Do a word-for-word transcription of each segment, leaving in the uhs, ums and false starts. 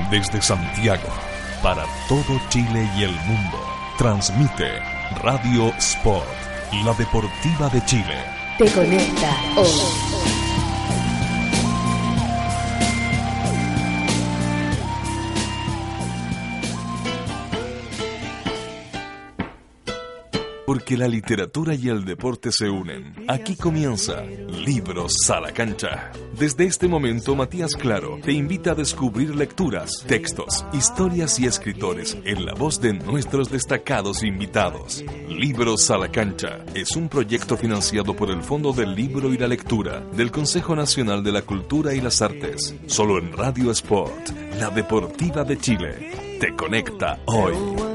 Desde Santiago, para todo Chile y el mundo, transmite Radio Sport, la deportiva de Chile. Te conecta hoy. Porque la literatura y el deporte se unen. Aquí comienza Libros a la Cancha. Desde este momento, Matías Claro te invita a descubrir lecturas, textos, historias y escritores en la voz de nuestros destacados invitados. Libros a la Cancha es un proyecto financiado por el Fondo del Libro y la Lectura del Consejo Nacional de la Cultura y las Artes. Solo en Radio Sport, la deportiva de Chile. Te conecta hoy.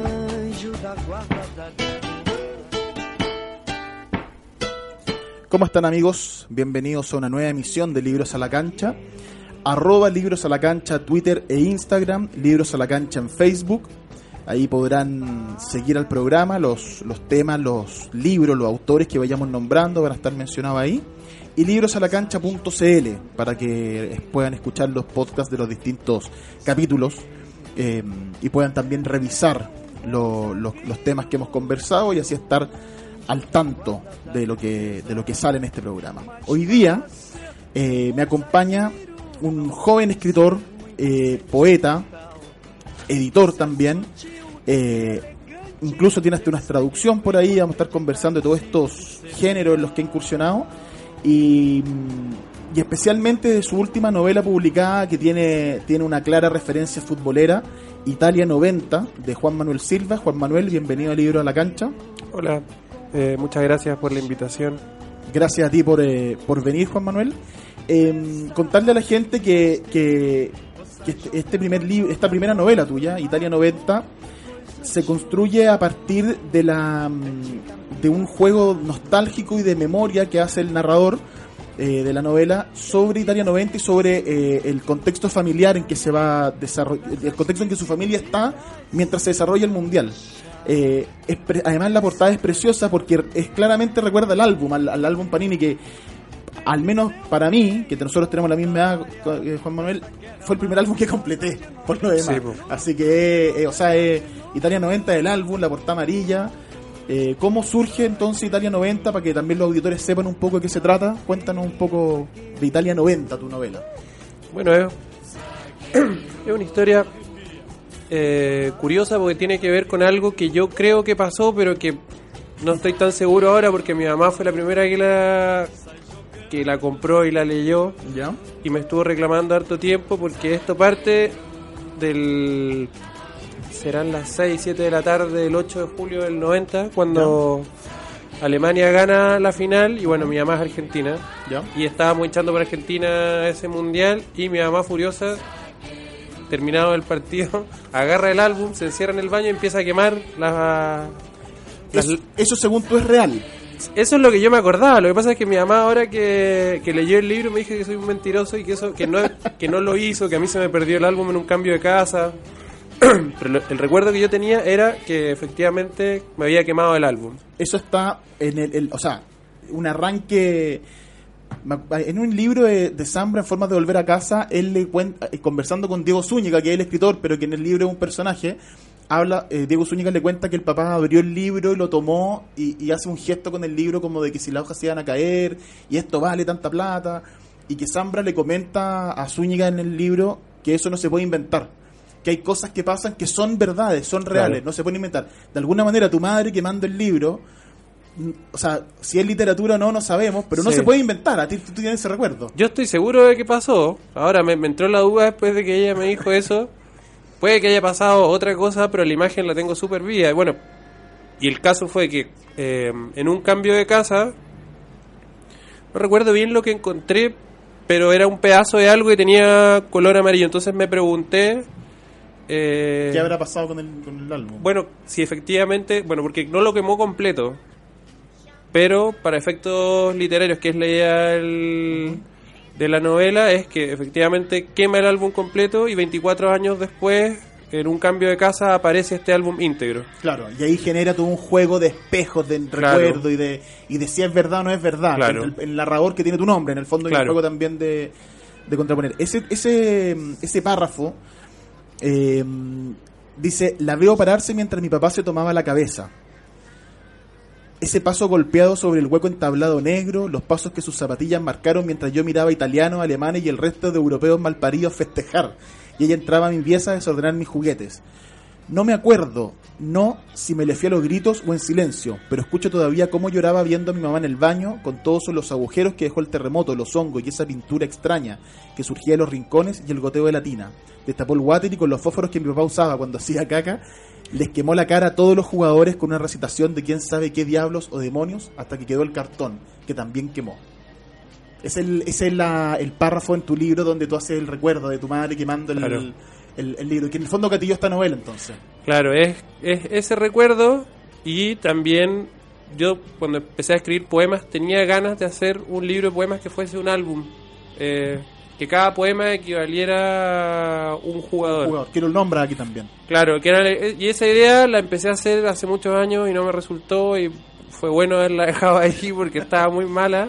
¿Cómo están, amigos? Bienvenidos a una nueva emisión de Libros a la Cancha. Arroba Libros a la Cancha, Twitter e Instagram. Libros a la Cancha en Facebook. Ahí podrán seguir al programa. Los, los temas, los libros, los autores que vayamos nombrando van a estar mencionados ahí. Y librosalacancha punto c l para que puedan escuchar los podcasts de los distintos capítulos eh, y puedan también revisar lo, lo, los temas que hemos conversado y así estar al tanto de lo que de lo que sale en este programa. Hoy día eh, me acompaña un joven escritor, eh, poeta, editor también, eh, incluso tiene hasta una traducción por ahí. Vamos a estar conversando de todos estos géneros en los que ha incursionado y, y especialmente de su última novela publicada, que tiene, tiene una clara referencia futbolera, Italia noventa, de Juan Manuel Silva. Juan Manuel, bienvenido a Libro a la Cancha. Hola. Eh, muchas gracias por la invitación. Gracias a ti por, eh, por venir, Juan Manuel. Eh, contarle a la gente que, que, que este, este primer libro, esta primera novela tuya, Italia noventa, se construye a partir de la de un juego nostálgico y de memoria que hace el narrador eh, de la novela sobre Italia noventa y sobre eh, el contexto familiar en que se va a desarrollar, el contexto en que su familia está mientras se desarrolla el mundial. Eh, es pre- además la portada es preciosa porque es claramente recuerda al álbum, al, al álbum Panini, que al menos para mí, que nosotros tenemos la misma edad, eh, Juan Manuel, fue el primer álbum que completé por lo demás. Sí, así que, eh, o sea, eh, Italia noventa del álbum, la portada amarilla. Eh, ¿Cómo surge entonces Italia noventa? Para que también los auditores sepan un poco de qué se trata. Cuéntanos un poco de Italia noventa, tu novela. Bueno, es, es una historia Eh, curiosa porque tiene que ver con algo que yo creo que pasó, pero que no estoy tan seguro ahora porque mi mamá fue la primera que la que la compró y la leyó. ¿Ya? Y me estuvo reclamando harto tiempo porque esto parte del serán las seis, siete de la tarde del ocho de julio del noventa, cuando ¿Ya? Alemania gana la final y bueno, mi mamá es argentina. ¿Ya? Y estábamos hinchando por Argentina ese mundial y mi mamá furiosa, terminado el partido, agarra el álbum, se encierra en el baño y empieza a quemar las... las... Eso, eso según tú es real. Eso es lo que yo me acordaba. Lo que pasa es que mi mamá, ahora que, que leyó el libro, me dijo que soy un mentiroso y que eso que no que no lo hizo, que a mí se me perdió el álbum en un cambio de casa. Pero lo, el recuerdo que yo tenía era que efectivamente me había quemado el álbum. Eso está en el, el o sea, un arranque. En un libro de, de Zambra, En formas de volver a casa, él le cuenta, conversando con Diego Zúñiga, que es el escritor, pero que en el libro es un personaje, habla, eh, Diego Zúñiga le cuenta que el papá abrió el libro y lo tomó y, y hace un gesto con el libro como de que si las hojas se iban a caer y esto vale tanta plata, y que Zambra le comenta a Zúñiga en el libro que eso no se puede inventar, que hay cosas que pasan que son verdades, son reales, claro. No se pueden inventar. De alguna manera tu madre quemando el libro, o sea, si es literatura o no, no sabemos, pero no sí. Se puede inventar. A ti tú tienes ese recuerdo. Yo estoy seguro de que pasó. Ahora me, me entró la duda después de que ella me dijo eso. Puede que haya pasado otra cosa, pero la imagen la tengo súper viva. Y bueno, y el caso fue que eh, en un cambio de casa, no recuerdo bien lo que encontré, pero era un pedazo de algo que tenía color amarillo. Entonces me pregunté eh, ¿qué habrá pasado con el, con el álbum? Bueno, si efectivamente, bueno, porque no lo quemó completo, pero para efectos literarios, que es la idea del, de la novela, es que efectivamente quema el álbum completo y veinticuatro años después, en un cambio de casa, aparece este álbum íntegro. Claro, y ahí genera todo un juego de espejos, de claro. recuerdo y de y de si es verdad o no es verdad. Claro. El, el narrador que tiene tu nombre, en el fondo, claro. Y un juego también de, de contraponer. Ese ese ese párrafo Eh, dice, la veo pararse mientras mi papá se tomaba la cabeza. Ese paso golpeado sobre el hueco entablado negro, los pasos que sus zapatillas marcaron mientras yo miraba italianos, alemanes y el resto de europeos malparidos festejar. Y ella entraba a mi pieza a desordenar mis juguetes. No me acuerdo, no si me le fui a los gritos o en silencio, pero escucho todavía cómo lloraba viendo a mi mamá en el baño, con todos los agujeros que dejó el terremoto, los hongos y esa pintura extraña que surgía de los rincones y el goteo de la tina. Destapó el water y con los fósforos que mi papá usaba cuando hacía caca, les quemó la cara a todos los jugadores con una recitación de quién sabe qué diablos o demonios, hasta que quedó el cartón, que también quemó. Es el, ese es la, el párrafo en tu libro donde tú haces el recuerdo de tu madre quemando el, Claro. el, el, el libro, que en el fondo gatilló esta novela entonces. Claro, es, es ese recuerdo. Y también yo cuando empecé a escribir poemas tenía ganas de hacer un libro de poemas que fuese un álbum, eh, que cada poema equivaliera a un jugador. Jugador, quiero el nombre aquí también. Claro, que era, y esa idea la empecé a hacer hace muchos años y no me resultó, y fue bueno haberla dejado ahí porque estaba muy mala.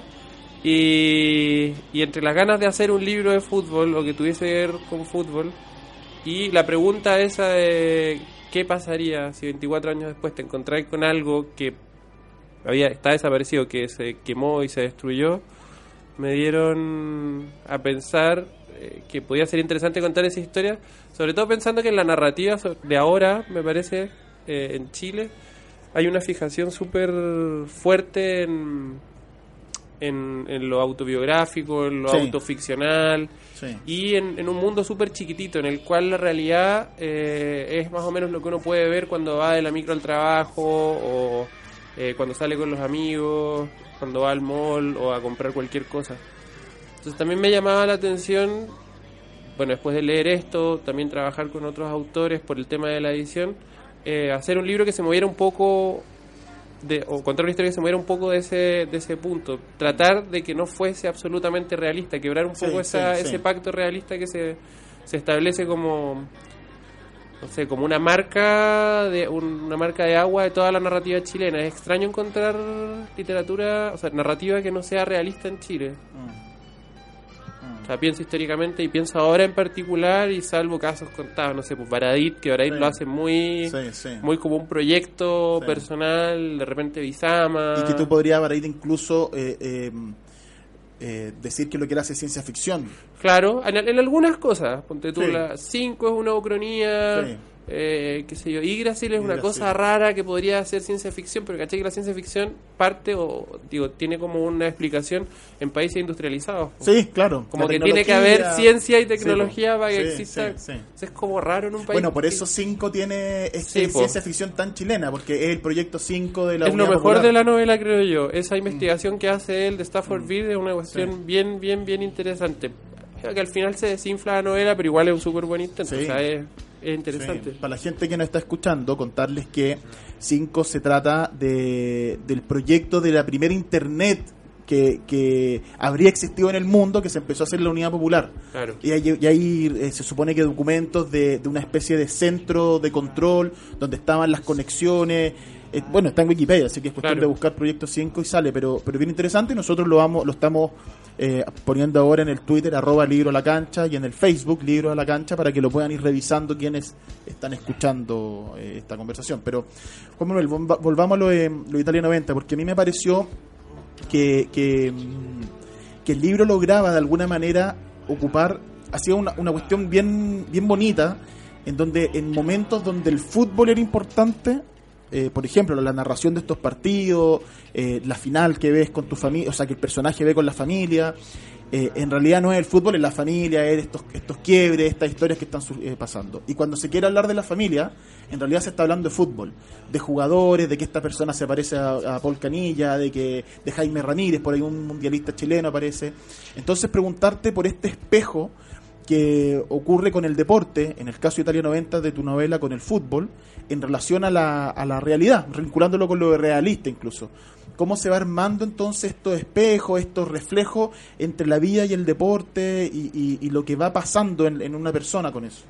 Y, y entre las ganas de hacer un libro de fútbol o que tuviese que ver con fútbol, y la pregunta esa de qué pasaría si veinticuatro años después te encontrás con algo que había está desaparecido, que se quemó y se destruyó, me dieron a pensar eh, que podía ser interesante contar esa historia, sobre todo pensando que en la narrativa de ahora, me parece, eh, en Chile, hay una fijación súper fuerte en, en, en lo autobiográfico, en lo Sí. autoficcional, Sí. y en, en un mundo súper chiquitito, en el cual la realidad eh, es más o menos lo que uno puede ver cuando va de la micro al trabajo, o eh, cuando sale con los amigos, cuando va al mall o a comprar cualquier cosa. Entonces también me llamaba la atención, bueno, después de leer esto, también trabajar con otros autores por el tema de la edición, eh, hacer un libro que se moviera un poco de, o contar una historia que se moviera un poco de ese de ese punto, tratar de que no fuese absolutamente realista, quebrar un Sí, poco esa, sí, sí. ese pacto realista que se, se establece como, no sé, como una marca de un- una marca de agua de toda la narrativa chilena. Es extraño encontrar literatura, o sea, narrativa que no sea realista en Chile. O sea, pienso históricamente y pienso ahora en particular, y salvo casos contados, no sé, pues Baradit, que Baradit Sí. lo hace muy Sí, sí. muy como un proyecto Sí. personal, de repente Bizama. Y que tú podrías haber ahí incluso eh, eh, eh, decir que lo que él hace es ciencia ficción. Claro, en, en algunas cosas, ponte tú, Sí. la cinco es una ucronía, Sí. eh, qué sé yo, Yggdrasil es una Yggdrasil. cosa rara que podría ser ciencia ficción, pero caché que la ciencia ficción parte, o digo, tiene como una explicación en países industrializados. po. Sí, claro. Como La que tiene que haber tecnología. ciencia y Sí, tecnología po. para que Sí, exista. sí, sí. Entonces es como raro en un país. Bueno, por que- eso cinco tiene es, Sí, es po. ciencia ficción tan chilena, porque es el proyecto cinco de la es lo Unidad mejor Popular. de la novela, creo yo. Esa investigación que hace él de Staffordville es una cuestión Sí. bien, bien, bien interesante. Que al final se desinfla la novela, pero igual es un súper buen intento. Sí. O sea, es, es interesante. Sí. Para la gente que nos está escuchando, contarles que cinco se trata de del proyecto de la primera internet que, que habría existido en el mundo, que se empezó a hacer en la Unidad Popular. Claro. Y ahí, y ahí, eh, se supone que documentos de, de una especie de centro de control donde estaban las conexiones. Eh, bueno, está en Wikipedia, así que es cuestión Claro. de buscar Proyecto cinco y sale, pero pero bien interesante, y nosotros lo vamos lo estamos eh, poniendo ahora en el Twitter, arroba Libro a la Cancha, y en el Facebook, Libro a la Cancha, para que lo puedan ir revisando quienes están escuchando eh, esta conversación. Pero, Juan Manuel, volva- volvamos a lo de, lo de Italia noventa, porque a mí me pareció que, que, mm, que el libro lograba de alguna manera ocupar, hacía una, una cuestión bien, bien bonita, en donde en momentos donde el fútbol era importante, eh, por ejemplo, la narración de estos partidos, eh, la final que ves con tu familia, o sea, que el personaje ve con la familia, eh, en realidad no es el fútbol, es la familia, es estos, estos quiebres, estas historias que están su- eh, pasando. Y cuando se quiere hablar de la familia, en realidad se está hablando de fútbol, de jugadores, de que esta persona se parece a, a Paul Canilla, de que de Jaime Ramírez, por ahí un mundialista chileno aparece. Entonces preguntarte por este espejo que ocurre con el deporte, en el caso de Italia noventa de tu novela, con el fútbol, en relación a la, a la realidad, vinculándolo con lo realista incluso. ¿Cómo se va armando entonces estos espejos, estos reflejos entre la vida y el deporte y, y, y lo que va pasando en, en una persona con eso?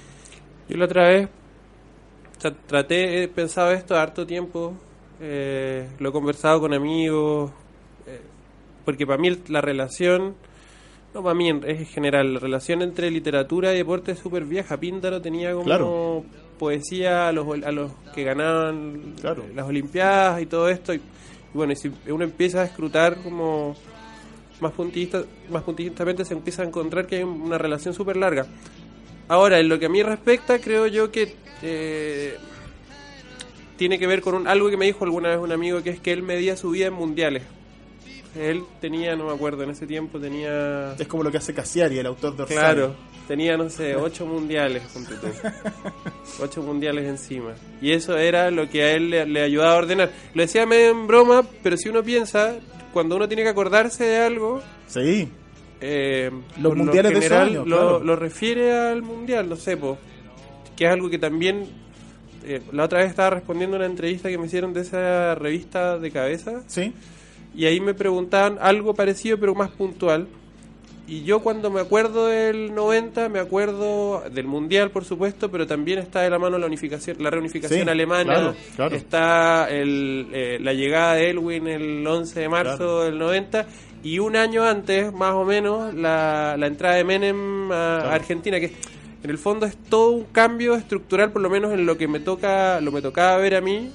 Yo la otra vez o sea, traté, he pensado esto harto tiempo, eh, lo he conversado con amigos, eh, porque para mí la relación No, para mí en, en general, la relación entre literatura y deporte es súper vieja. Píndaro tenía como Claro. poesía a los, a los que ganaban Claro. las Olimpiadas y todo esto. Y, y bueno, y si uno empieza a escrutar como más puntillista, más puntillistamente, se empieza a encontrar que hay una relación súper larga. Ahora, en lo que a mí respecta, creo yo que eh, tiene que ver con un, algo que me dijo alguna vez un amigo, que es que él medía su vida en mundiales. Él tenía, no me acuerdo, en ese tiempo tenía... Es como lo que hace Cassiari, el autor de Orsay. Claro, tenía, no sé, ocho mundiales, ponte tú. Ocho mundiales encima. Y eso era lo que a él le, le ayudaba a ordenar. Lo decía medio en broma, pero si uno piensa, cuando uno tiene que acordarse de algo... Sí. Eh, Los por mundiales lo de general, esos años, lo, claro. lo refiere al mundial, no sé, po, que es algo que también... Eh, la otra vez estaba respondiendo a una entrevista que me hicieron de esa revista de cabeza. Sí. Y ahí me preguntaban algo parecido pero más puntual. Y yo cuando me acuerdo del noventa, me acuerdo del Mundial, por supuesto, pero también está de la mano la unificación, la reunificación Sí, alemana, claro, claro. está el, eh, la llegada de Elwin el once de marzo Claro. del noventa, y un año antes, más o menos, la, la entrada de Menem a Claro. Argentina, que en el fondo es todo un cambio estructural, por lo menos en lo que me toca, lo me tocaba ver a mí,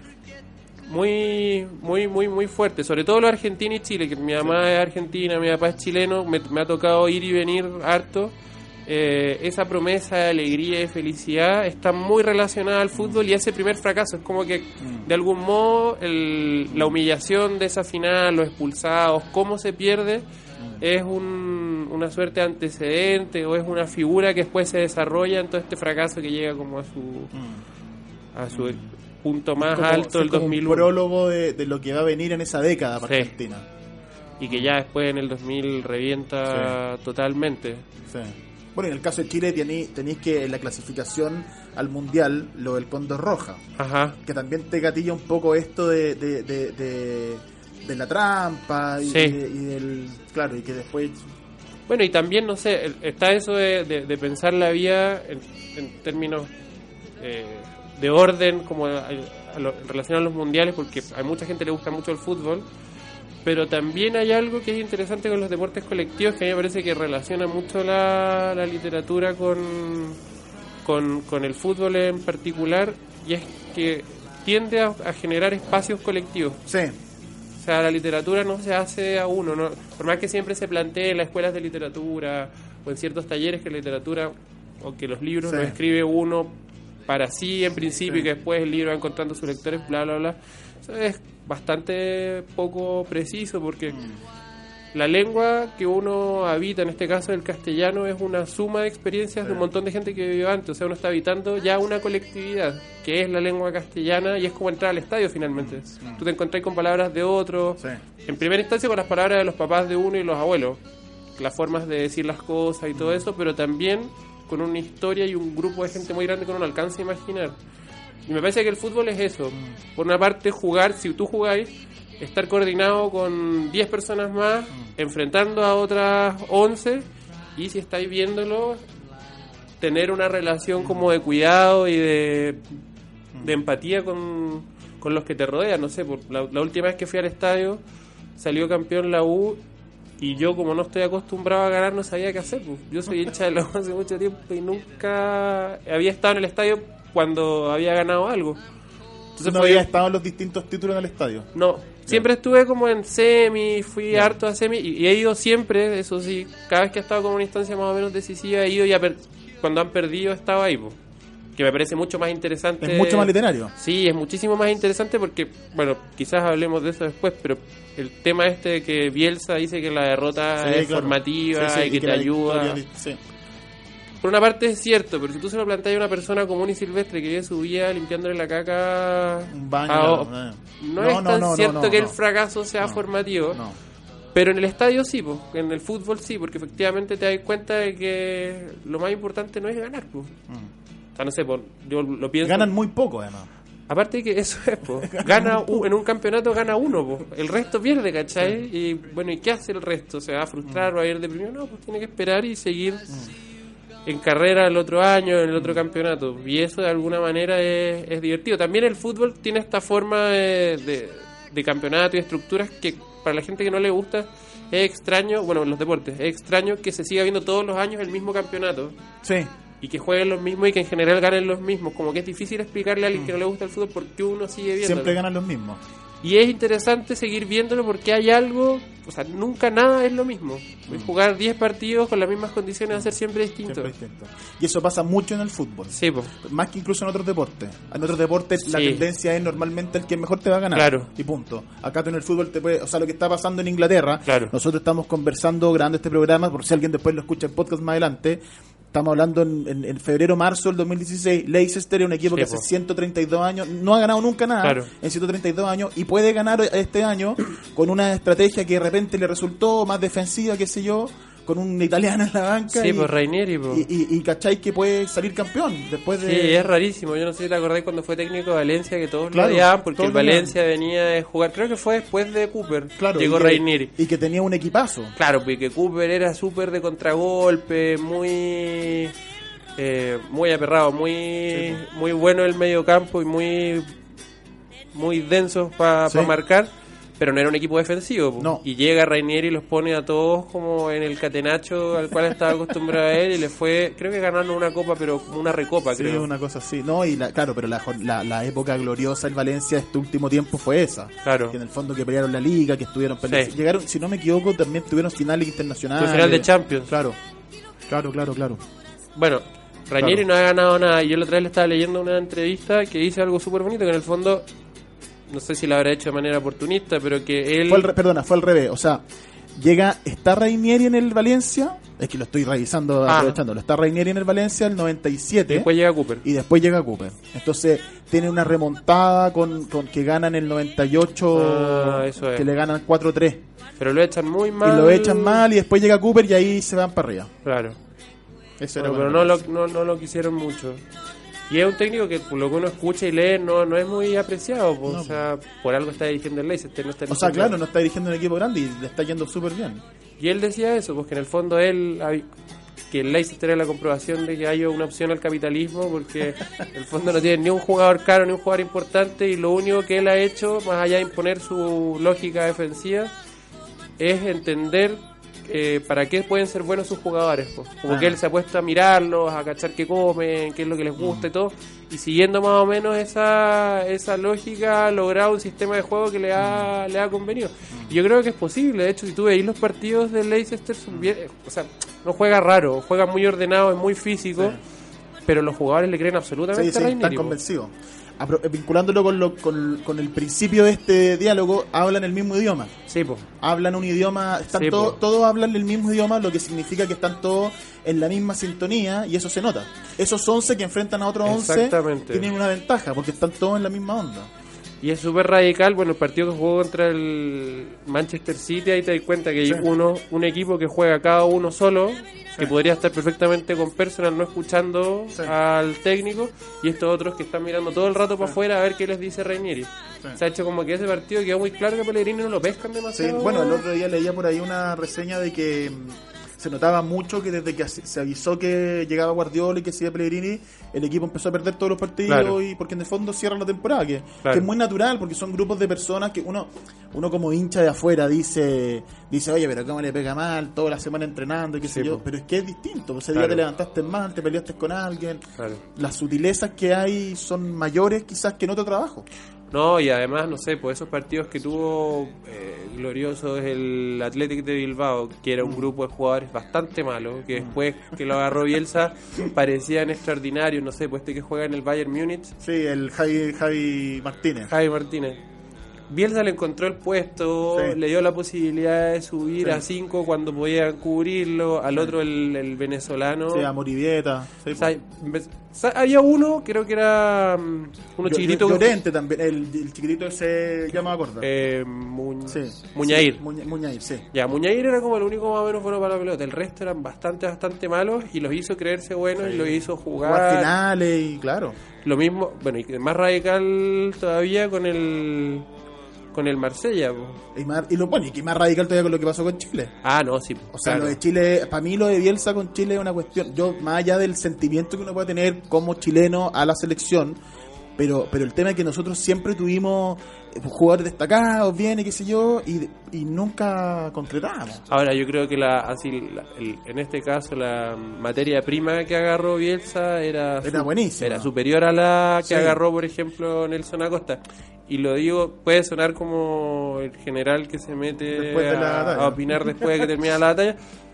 muy muy muy muy fuerte, sobre todo lo Argentina y Chile, que mi mamá es argentina, mi papá es chileno, me, me ha tocado ir y venir harto. Eh, esa promesa de alegría y felicidad está muy relacionada al fútbol, y ese primer fracaso es como que de algún modo el, la humillación de esa final, los expulsados, cómo se pierde, es un, una suerte de antecedente, o es una figura que después se desarrolla en todo este fracaso que llega como a su a su punto más Como- alto sí, del como dos mil un uno, prólogo de, de lo que va a venir en esa década para Sí. Argentina. y que ya después en el dos mil revienta totalmente. Sí. Bueno, en el caso de Chile tenéis, tenéis que en la clasificación al Mundial lo del Cóndor Roja, Ajá. que también te gatilla un poco esto de, de, de, de, de la trampa y, Sí. y de- y del... Claro, y que después... Bueno, y también, no sé, el- está eso de, de, de pensar la vida en, en términos eh, de orden, como a, a lo, en relación a los mundiales, porque a mucha gente le gusta mucho el fútbol, pero también hay algo que es interesante con los deportes colectivos, que a mí me parece que relaciona mucho la, la literatura con, con, con el fútbol en particular, y es que tiende a, a generar espacios colectivos. Sí, O sea, la literatura no se hace a uno, ¿no? Por más que siempre se plantee en las escuelas de literatura o en ciertos talleres que la literatura o que los libros Sí. los escribe uno para sí en principio, Sí. y que después el libro va encontrando sus lectores, bla, bla, bla. Eso es bastante poco preciso, porque la lengua que uno habita, en este caso el castellano, es una suma de experiencias de un montón de gente que vivió antes. O sea, uno está habitando ya una colectividad, que es la lengua castellana, y es como entrar al estadio finalmente. Tú te encontrás con palabras de otros, sí. en primera instancia con las palabras de los papás de uno y los abuelos, las formas de decir las cosas y todo eso, pero también con una historia y un grupo de gente muy grande que uno no alcanza a imaginar. Y me parece que el fútbol es eso. Por una parte, jugar, si tú jugáis, estar coordinado con diez personas más, enfrentando a otras once, y si estáis viéndolo, tener una relación como de cuidado y de, de empatía con, con los que te rodean. No sé, por la, la última vez que fui al estadio, salió campeón la U, y yo, como no estoy acostumbrado a ganar, no sabía qué hacer. Pues. Yo soy hincha de la U hace mucho tiempo y nunca había estado en el estadio cuando había ganado algo. Entonces no fue- había estado en los distintos títulos en el estadio. no, siempre estuve como en semi, fui harto a semi, y, y he ido siempre, eso sí, cada vez que he estado como en una instancia más o menos decisiva he ido, y a per- cuando han perdido estaba ahí, po. Que me parece mucho más interesante. Es mucho más literario. Sí, es muchísimo más interesante porque, bueno, quizás hablemos de eso después, pero el tema este de que Bielsa dice que la derrota Sí, es claro. formativa Sí, sí, y que te la ayuda. victoria- sí. Por una parte es cierto, pero si tú se lo planteas a una persona común y silvestre que vive su vida limpiándole la caca, Un baño, a- claro, no, no, es no, tan no, no, cierto no, que el no. fracaso sea No, formativo, No. pero en el estadio sí, pues, en el fútbol sí, porque efectivamente te das cuenta de que lo más importante no es ganar, pues. O sea, no sé, pues, yo lo pienso. Ganan muy poco, además. Aparte de que eso es, pues, gana u- en un campeonato gana uno, pues, el resto pierde, ¿cachai? Y bueno, ¿y qué hace el resto? ¿Se va a frustrar o va a ir deprimido? No, pues tiene que esperar y seguir en carrera el otro año, en el otro campeonato. Y eso de alguna manera es, es divertido. También el fútbol tiene esta forma de, de, de campeonato y estructuras que para la gente que no le gusta, es extraño, bueno, en los deportes, es extraño que se siga viendo todos los años el mismo campeonato. Sí. Y que jueguen los mismos y que en general ganen los mismos. Como que es difícil explicarle a alguien que no le gusta el fútbol por qué uno sigue viendo. Siempre ganan los mismos. Y es interesante seguir viéndolo porque hay algo, o sea, nunca nada es lo mismo. Mm. Jugar diez partidos con las mismas condiciones va a ser siempre distinto. Siempre distinto. Y eso pasa mucho en el fútbol. Sí, po. Más que incluso en otros deportes. En otros deportes sí. la tendencia es normalmente el que mejor te va a ganar. Claro. Y punto. Acá tú en el fútbol te puede, o sea, lo que está pasando en Inglaterra, claro. Nosotros estamos conversando, grabando este programa, por si alguien después lo escucha en podcast más adelante. Estamos hablando en, en, en febrero, marzo del dos mil dieciséis. Leicester es un equipo sí, que hace po. ciento treinta y dos años no ha ganado nunca nada claro. en ciento treinta y dos años y puede ganar este año con una estrategia que de repente le resultó más defensiva, qué sé yo, con un italiano en la banca. Sí, y, pues Rainieri. Pues. Y, y, y cachai que puede salir campeón después de... Sí, es rarísimo. Yo no sé si te acordás cuando fue técnico de Valencia que todos claro, lo odiaban porque el Valencia odiaban. venía de jugar, creo que fue después de Cooper. Claro, llegó y que, Rainieri. Y que tenía un equipazo. Claro, porque Cooper era súper de contragolpe, muy... Eh, muy aperrado, muy sí, muy bueno el medio campo y muy muy denso para sí. pa marcar, pero no era un equipo defensivo. No. Y llega Rainieri y los pone a todos como en el catenacho al cual estaba acostumbrado a él y le fue, creo que ganando una copa, pero como una recopa, sí, creo. Una cosa así. No, y la, claro, pero la, la, la época gloriosa del Valencia este último tiempo fue esa. Claro. Que en el fondo que pelearon la liga, que estuvieron peleando. Sí. Llegaron, si no me equivoco, también tuvieron finales internacionales. Fue final de Champions. Claro. Claro, claro, claro. Bueno, Rainieri claro. no ha ganado nada. Y yo la otra vez le estaba leyendo una entrevista que dice algo súper bonito, que en el fondo, no sé si lo habrá hecho de manera oportunista, pero que él... Fue al, perdona, fue al revés. O sea, llega, está Rainieri en el Valencia, es que lo estoy revisando, ah. aprovechándolo. Está Rainieri en el Valencia el noventa y siete. Y después llega Cooper. Y después llega Cooper. Entonces, tiene una remontada con, con que ganan el noventa y ocho, ah, eso es. Que le ganan cuatro tres. Pero lo echan muy mal. Y lo echan mal y después llega Cooper y ahí se van para arriba. Claro. Eso bueno, era pero no lo, no, no lo quisieron mucho. Y es un técnico que por lo que uno escucha y lee no, no es muy apreciado. Pues, no, o sea, por algo está dirigiendo el Leicester. No está o sea, claro, no está dirigiendo un equipo grande y le está yendo súper bien. Y él decía eso, pues que en el fondo él... que el Leicester era la comprobación de que hay una opción al capitalismo, porque en el fondo no tiene ni un jugador caro ni un jugador importante, y lo único que él ha hecho, más allá de imponer su lógica defensiva, es entender eh, para qué pueden ser buenos sus jugadores, pues. Como ah. que él se ha puesto a mirarlos, a cachar qué comen, qué es lo que les gusta mm. y todo, y siguiendo más o menos esa esa lógica ha logrado un sistema de juego que le ha, mm. le ha convenido. Y yo creo que es posible. De hecho, si tú veis los partidos del Leicester, o sea, no juega raro, juega muy ordenado, es muy físico, sí. pero los jugadores le creen absolutamente sí, a sí, Rainieri. Están convencidos. Apro- vinculándolo con, lo, con, con el principio de este diálogo, hablan el mismo idioma. Sí, po. Hablan un idioma, están sí, todo, todos hablan el mismo idioma, lo que significa que están todos en la misma sintonía, y eso se nota. Esos once que enfrentan a otros once tienen una ventaja, porque están todos en la misma onda. Y es súper radical. Bueno, el partido que jugó contra el Manchester City, ahí te das cuenta que sí. hay uno, un equipo que juega cada uno solo, sí. que podría estar perfectamente con personal, no escuchando sí. al técnico, y estos otros que están mirando todo el rato sí. para afuera a ver qué les dice Rainieri. Sí. Se ha hecho como que ese partido quedó muy claro que Pellegrini no lo pescan demasiado. Sí. Bueno, el otro día leía por ahí una reseña de que se notaba mucho que desde que se avisó que llegaba Guardiola y que sigue Pellegrini, el equipo empezó a perder todos los partidos, claro. y porque en el fondo cierra la temporada, que, claro. que es muy natural, porque son grupos de personas que uno uno como hincha de afuera dice, dice oye, pero cómo le pega mal, toda la semana entrenando y qué sí, sé yo, po. Pero es que es distinto, ese claro. día te levantaste mal, te peleaste con alguien, claro. las sutilezas que hay son mayores quizás que en otro trabajo. No, y además, no sé, pues esos partidos que tuvo eh, gloriosos el Athletic de Bilbao, que era un grupo de jugadores bastante malos, que después que lo agarró Bielsa parecían extraordinarios, no sé, pues este que juega en el Bayern Múnich. Sí, el Javi, Javi Martínez. Javi Martínez. Bielsa le encontró el puesto, sí. le dio la posibilidad de subir sí. a cinco cuando podían cubrirlo, al sí. otro el, el venezolano. Sí, a Morivieta. Sí, o sea, había uno, creo que era um, uno yo, chiquitito. Llorente también, el, el chiquitito ese, ya me acuerdo. Eh, Mu- sí, Muñair. Sí, Muña, Muñair, sí. Ya, Muñair era como el único más o menos bueno para la pelota, el resto eran bastante, bastante malos y los hizo creerse buenos sí. y los hizo jugar. Jugar finales y claro. Lo mismo, bueno, y más radical todavía con el... con el Marsella, y, más, y lo bueno, y que más radical todavía con lo que pasó con Chile. Ah, no, sí. O sea, claro. lo de Chile, para mí lo de Bielsa con Chile es una cuestión, yo más allá del sentimiento que uno puede tener como chileno a la selección, pero pero el tema es que nosotros siempre tuvimos jugadores destacados, bien y qué sé yo, y, y nunca concretábamos. Ahora, yo creo que la así la, el, en este caso la materia prima que agarró Bielsa era, Era su- buenísima. era superior a la que Sí. agarró, por ejemplo, Nelson Acosta. Y lo digo, puede sonar como el general que se mete Después de la a, batalla. a opinar después de que termina la batalla.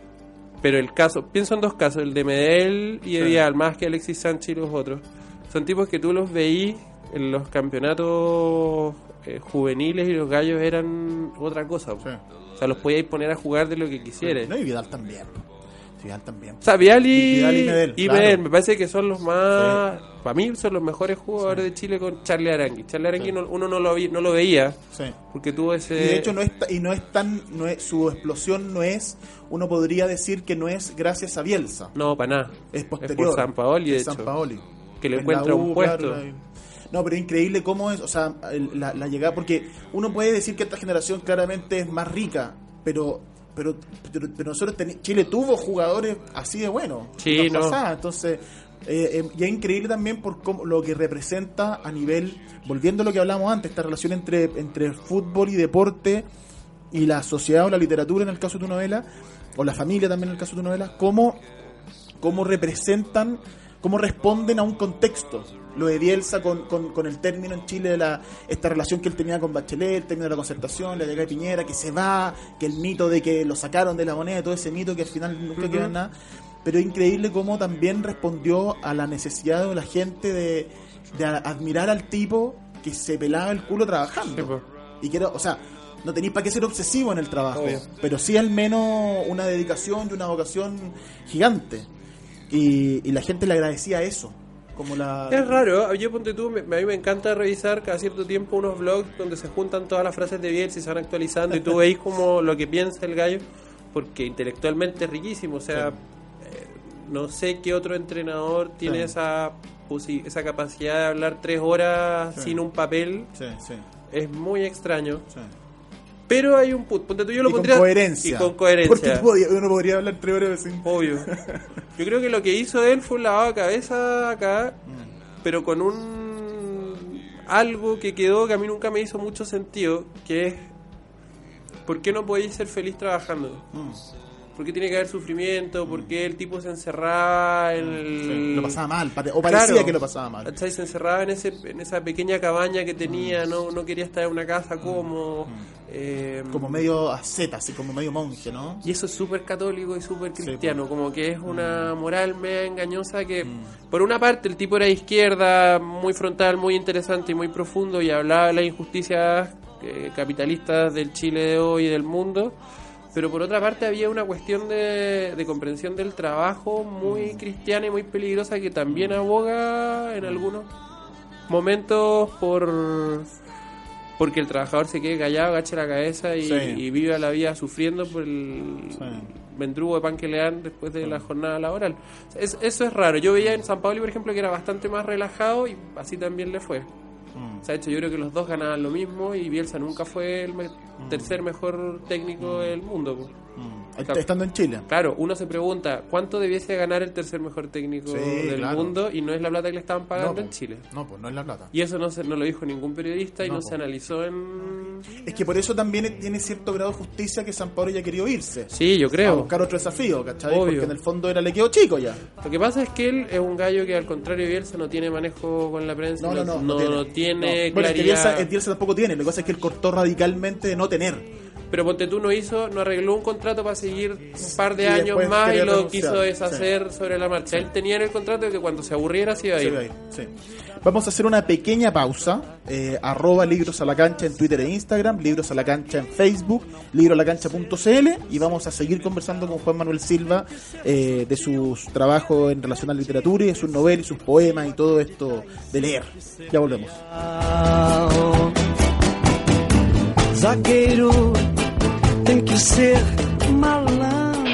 Pero el caso, pienso en dos casos, el de Medel y de Sí. Vidal, más que Alexis Sánchez y los otros. Son tipos que tú los veís en los campeonatos eh, juveniles y los gallos eran otra cosa. Sí. O sea, los podíais poner a jugar de lo que quisieras. No, y Vidal también. Vidal también. O sea, Vidal y, Vidal y Medel, y claro. Medel, me parece que son los más... Para mí son los mejores jugadores de Chile con Charly Arangui. Charly Arangui Sí. no- uno no lo, vi- no lo veía Sí. porque tuvo ese... Y de hecho no es ta- y no es tan no es, su explosión no es, uno podría decir que no es gracias a Bielsa, No, para nada. es posterior. por Sampaoli, de Es hecho. Sampaoli. Que le En encuentra la un U, puesto. claro, la- no, pero es increíble cómo es, o sea, el- la, la llegada, porque uno puede decir que esta generación claramente es más rica, pero pero pero, pero nosotros teni- Chile tuvo jugadores así de buenos. Sí, nos no. pasaba, entonces eh, eh, y es increíble también por cómo, lo que representa a nivel, volviendo a lo que hablamos antes, esta relación entre entre fútbol y deporte y la sociedad o la literatura en el caso de tu novela, o la familia también en el caso de tu novela, cómo, cómo representan, cómo responden a un contexto. Lo de Bielsa con, con, con el término en Chile de la, esta relación que él tenía con Bachelet, el término de la concertación, la llegada de Piñera, que se va, que el mito de que lo sacaron de la moneda, todo ese mito que al final nunca Ujú. queda en nada. Pero es increíble cómo también respondió a la necesidad de la gente de, de a- admirar al tipo que se pelaba el culo trabajando. Sí, po. Y que era, o sea, no tenéis para qué ser obsesivo en el trabajo, Obvio. pero sí al menos una dedicación y una vocación gigante. Y, y la gente le agradecía eso. Como la... Es raro, yo ponte tú, me- a mí me encanta revisar cada cierto tiempo unos vlogs donde se juntan todas las frases de Bielsa y se van actualizando y tú veis como lo que piensa el gallo, porque intelectualmente es riquísimo, o sea, Sí. eh, no sé qué otro entrenador tiene Sí. esa posi- esa capacidad de hablar tres horas Sí. sin un papel, Sí, sí, es muy extraño, sí. pero hay un punto, ponte tú, yo lo Y con pondría... coherencia. Y con coherencia. Porque podía- uno podría hablar tres horas sin... Obvio. Yo creo que lo que hizo él fue un lavado de cabeza acá, pero con un algo que quedó que a mí nunca me hizo mucho sentido, que es ¿por qué no podéis ser feliz trabajando? Mm. ¿Por qué tiene que haber sufrimiento? ¿Por qué el tipo se encerraba en el... Sí, lo pasaba mal, pare- o parecía Claro. que lo pasaba mal. ¿Cachai? Se encerraba en ese en esa pequeña cabaña que tenía, no no quería estar en una casa como... eh, Como medio asceta, así como medio monje, ¿no? Y eso es súper católico y súper Sí, cristiano, como que es una Mm. moral media engañosa que, por una parte, el tipo era de izquierda, muy frontal, muy interesante y muy profundo, y hablaba de las injusticias eh, capitalistas del Chile de hoy y del mundo, pero por otra parte había una cuestión de, de comprensión del trabajo muy cristiana y muy peligrosa que también aboga en algunos momentos por... porque el trabajador se quede callado, agache la cabeza y, Sí. y viva la vida sufriendo por el Sí. mendrugo de pan que le dan después de la jornada laboral. Es- eso es raro. Yo veía en San Pablo, por ejemplo, que era bastante más relajado y así también le fue. Mm. O sea, de hecho, yo creo que los dos ganaban lo mismo y Bielsa nunca fue el me- tercer mejor técnico del mundo. po. Mm. Claro. Estando en Chile. Claro, uno se pregunta, ¿cuánto debiese ganar el tercer mejor técnico Sí, del claro. mundo? Y no es la plata que le estaban pagando No, en po. Chile. No, pues no es la plata. Y eso no, se, no lo dijo ningún periodista y No, no, po. se analizó en... Es que por eso también tiene cierto grado de justicia que San Pablo ya quería irse. Sí, yo A creo. buscar otro desafío, ¿cachai? Obvio. Porque en el fondo era le quedó chico ya. Lo que pasa es que él es un gallo que, al contrario de Bielsa, no tiene manejo con la prensa, No, no, no. no, no tiene No. Bueno, es que claridad. Bielsa, el Bielsa tampoco tiene. Lo que pasa es que él cortó radicalmente de no tener. Pero Ponte tú no hizo, no arregló un contrato para seguir un par de Y años después más y quería lo renunciar. quiso deshacer sobre la marcha. Él tenía en el contrato de que cuando se aburriera se iba a Sí, ir. ahí, sí. Vamos a hacer una pequeña pausa. Eh, arroba Libros a la Cancha en Twitter e Instagram, Libros a la Cancha en Facebook, librolacancha punto c l, y vamos a seguir conversando con Juan Manuel Silva eh, de sus trabajos en relación a la literatura y de sus novelas y sus poemas y todo esto de leer. Ya volvemos. Zagueiro tem que ser malandro.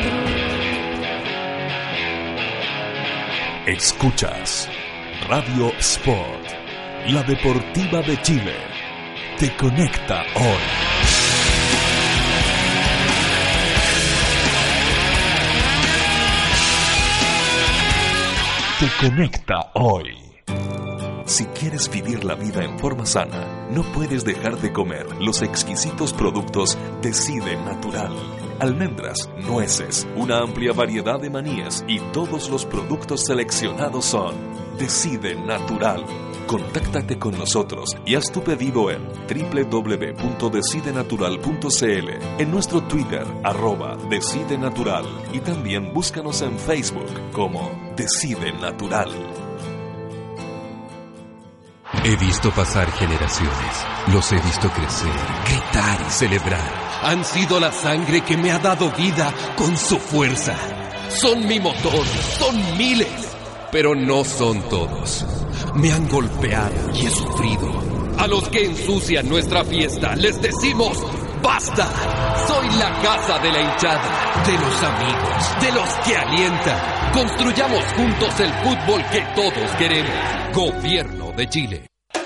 Escuchas Radio Sport, la deportiva de Chile. Te conecta hoy. Te conecta hoy. Si quieres vivir la vida en forma sana, no puedes dejar de comer los exquisitos productos Decide Natural. Almendras, nueces, una amplia variedad de maníes y todos los productos seleccionados son Decide Natural. Contáctate con nosotros y haz tu pedido en doble u doble u doble u punto decide natural punto c l, en nuestro Twitter, arroba Decide Natural, y también búscanos en Facebook como Decide Natural. He visto pasar generaciones, los he visto crecer, gritar y celebrar. Han sido la sangre que me ha dado vida con su fuerza. Son mi motor, son miles, pero no son todos. Me han golpeado y he sufrido. A los que ensucian nuestra fiesta les decimos ¡basta! Soy la casa de la hinchada, de los amigos, de los que alientan. Construyamos juntos el fútbol que todos queremos. Gobierno de Chile.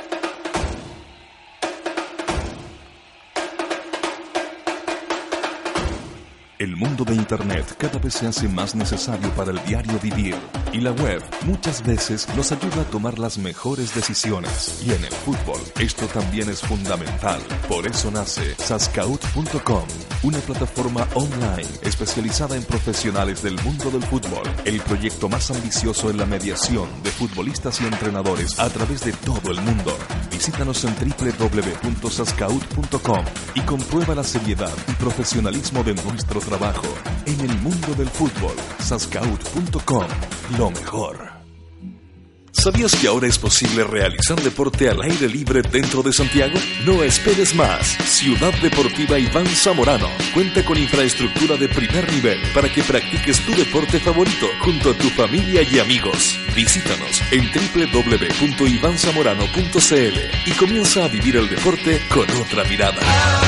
El mundo de Internet cada vez se hace más necesario para el diario vivir, y la web muchas veces nos ayuda a tomar las mejores decisiones. Y en el fútbol esto también es fundamental. Por eso nace Sascaut punto com, una plataforma online especializada en profesionales del mundo del fútbol. El proyecto más ambicioso en la mediación de futbolistas y entrenadores a través de todo el mundo. Visítanos en doble u doble u doble u punto sascaut punto com y comprueba la seriedad y profesionalismo de nuestro trabajo. En el mundo del fútbol, Sascaut punto com, lo mejor. ¿Sabías que ahora es posible realizar deporte al aire libre dentro de Santiago? No esperes más. Ciudad Deportiva Iván Zamorano cuenta con infraestructura de primer nivel para que practiques tu deporte favorito junto a tu familia y amigos. Visítanos en doble u doble u doble u punto iván zamorano punto c l y comienza a vivir el deporte con otra mirada.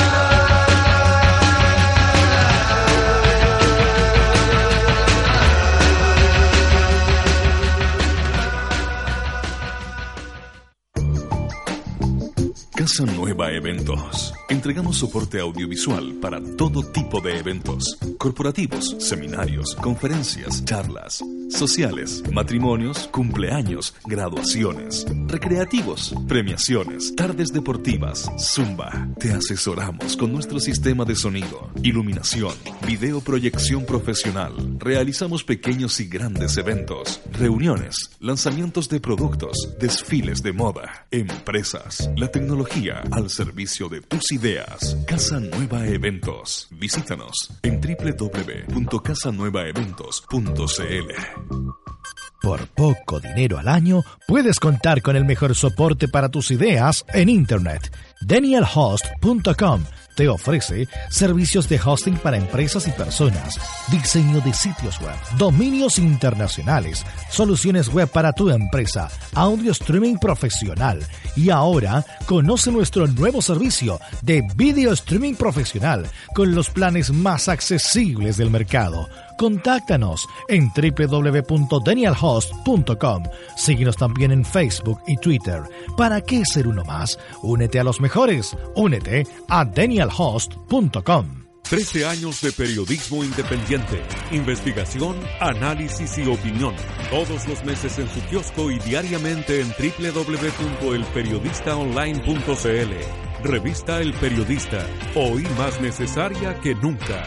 Casa Nueva Eventos. Entregamos soporte audiovisual para todo tipo de eventos: corporativos, seminarios, conferencias, charlas, sociales, matrimonios, cumpleaños, graduaciones, recreativos, premiaciones, tardes deportivas, zumba. Te asesoramos con nuestro sistema de sonido, iluminación, video proyección profesional. Realizamos pequeños y grandes eventos, reuniones, lanzamientos de productos, desfiles de moda, empresas, la tecnología al servicio de tus ideas. Casa Nueva Eventos. Visítanos en doble u doble u doble u punto casa nueva eventos punto c l. Por poco dinero al año, puedes contar con el mejor soporte para tus ideas en Internet. Daniel Host punto com te ofrece servicios de hosting para empresas y personas, diseño de sitios web, dominios internacionales, soluciones web para tu empresa, audio streaming profesional. Y ahora, conoce nuestro nuevo servicio de video streaming profesional con los planes más accesibles del mercado. Contáctanos en doble u doble u doble u punto daniel host punto com. Síguenos también en Facebook y Twitter. ¿Para qué ser uno más? Únete a los mejores. Únete a daniel host punto com. trece años de periodismo independiente, investigación, análisis y opinión. Todos los meses en su kiosco y diariamente en doble u doble u doble u punto el periodista online punto c l. Revista El Periodista, hoy más necesaria que nunca.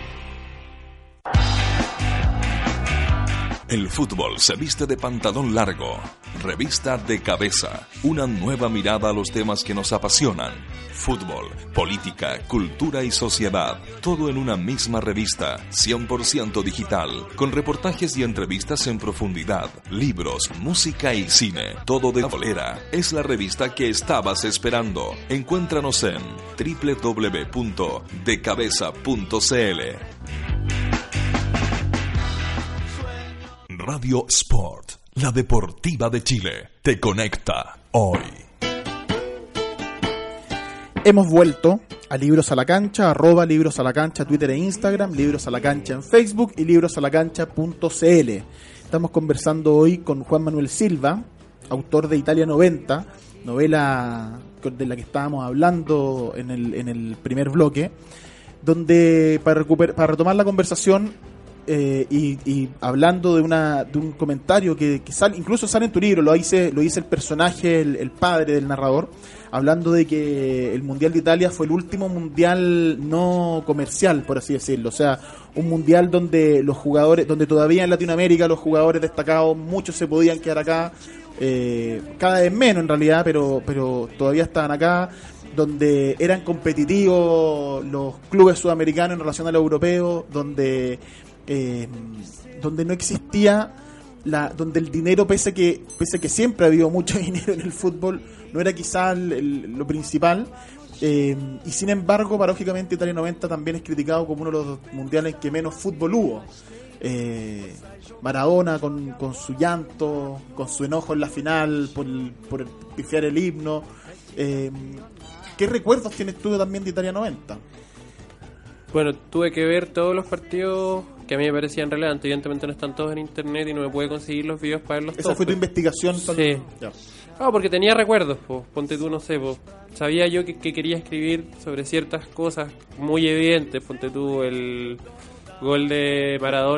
El fútbol se viste de pantalón largo. Revista De Cabeza. Una nueva mirada a los temas que nos apasionan. Fútbol, política, cultura y sociedad. Todo en una misma revista, cien por ciento digital, con reportajes y entrevistas en profundidad, libros, música y cine. Todo de bolera. Es la revista que estabas esperando. Encuéntranos en doble u doble u doble u punto de cabeza punto c l. Radio Sport, la deportiva de Chile, te conecta hoy. Hemos vuelto a Libros a la Cancha, arroba Libros a la Cancha, Twitter e Instagram, Libros a la Cancha en Facebook y libros a la cancha punto c l. Estamos conversando hoy con Juan Manuel Silva, autor de Italia noventa, novela de la que estábamos hablando en el, en el primer bloque, donde para, recuper- para retomar la conversación eh, y, y hablando de una de un comentario que, que sale, incluso sale en tu libro, lo dice, lo dice el personaje, el, el padre del narrador, hablando de que el Mundial de Italia fue el último mundial no comercial, por así decirlo, o sea, un mundial donde los jugadores, donde todavía en Latinoamérica los jugadores destacados, muchos se podían quedar acá, eh, cada vez menos en realidad, pero, pero todavía estaban acá, donde eran competitivos los clubes sudamericanos en relación a los europeos, donde eh, donde no existía la, donde el dinero, pese que pese que siempre ha habido mucho dinero en el fútbol, no era quizás el, el, lo principal, eh, y sin embargo, paradójicamente, Italia noventa también es criticado como uno de los mundiales que menos fútbol hubo. Eh, Maradona con, con su llanto, con su enojo en la final por, por pifiar el himno. Eh, ¿Qué recuerdos tienes tú también de Italia noventa? Bueno, tuve que ver todos los partidos que a mí me parecían relevantes. Evidentemente no están todos en internet y no me pude conseguir los videos para verlos todos. ¿Esa fue tu pues. investigación? Sí. Ya. Ah, porque tenía recuerdos, pues. Ponte tú, no sé, pues. Sabía yo que, que quería escribir sobre ciertas cosas muy evidentes. Ponte tú el gol de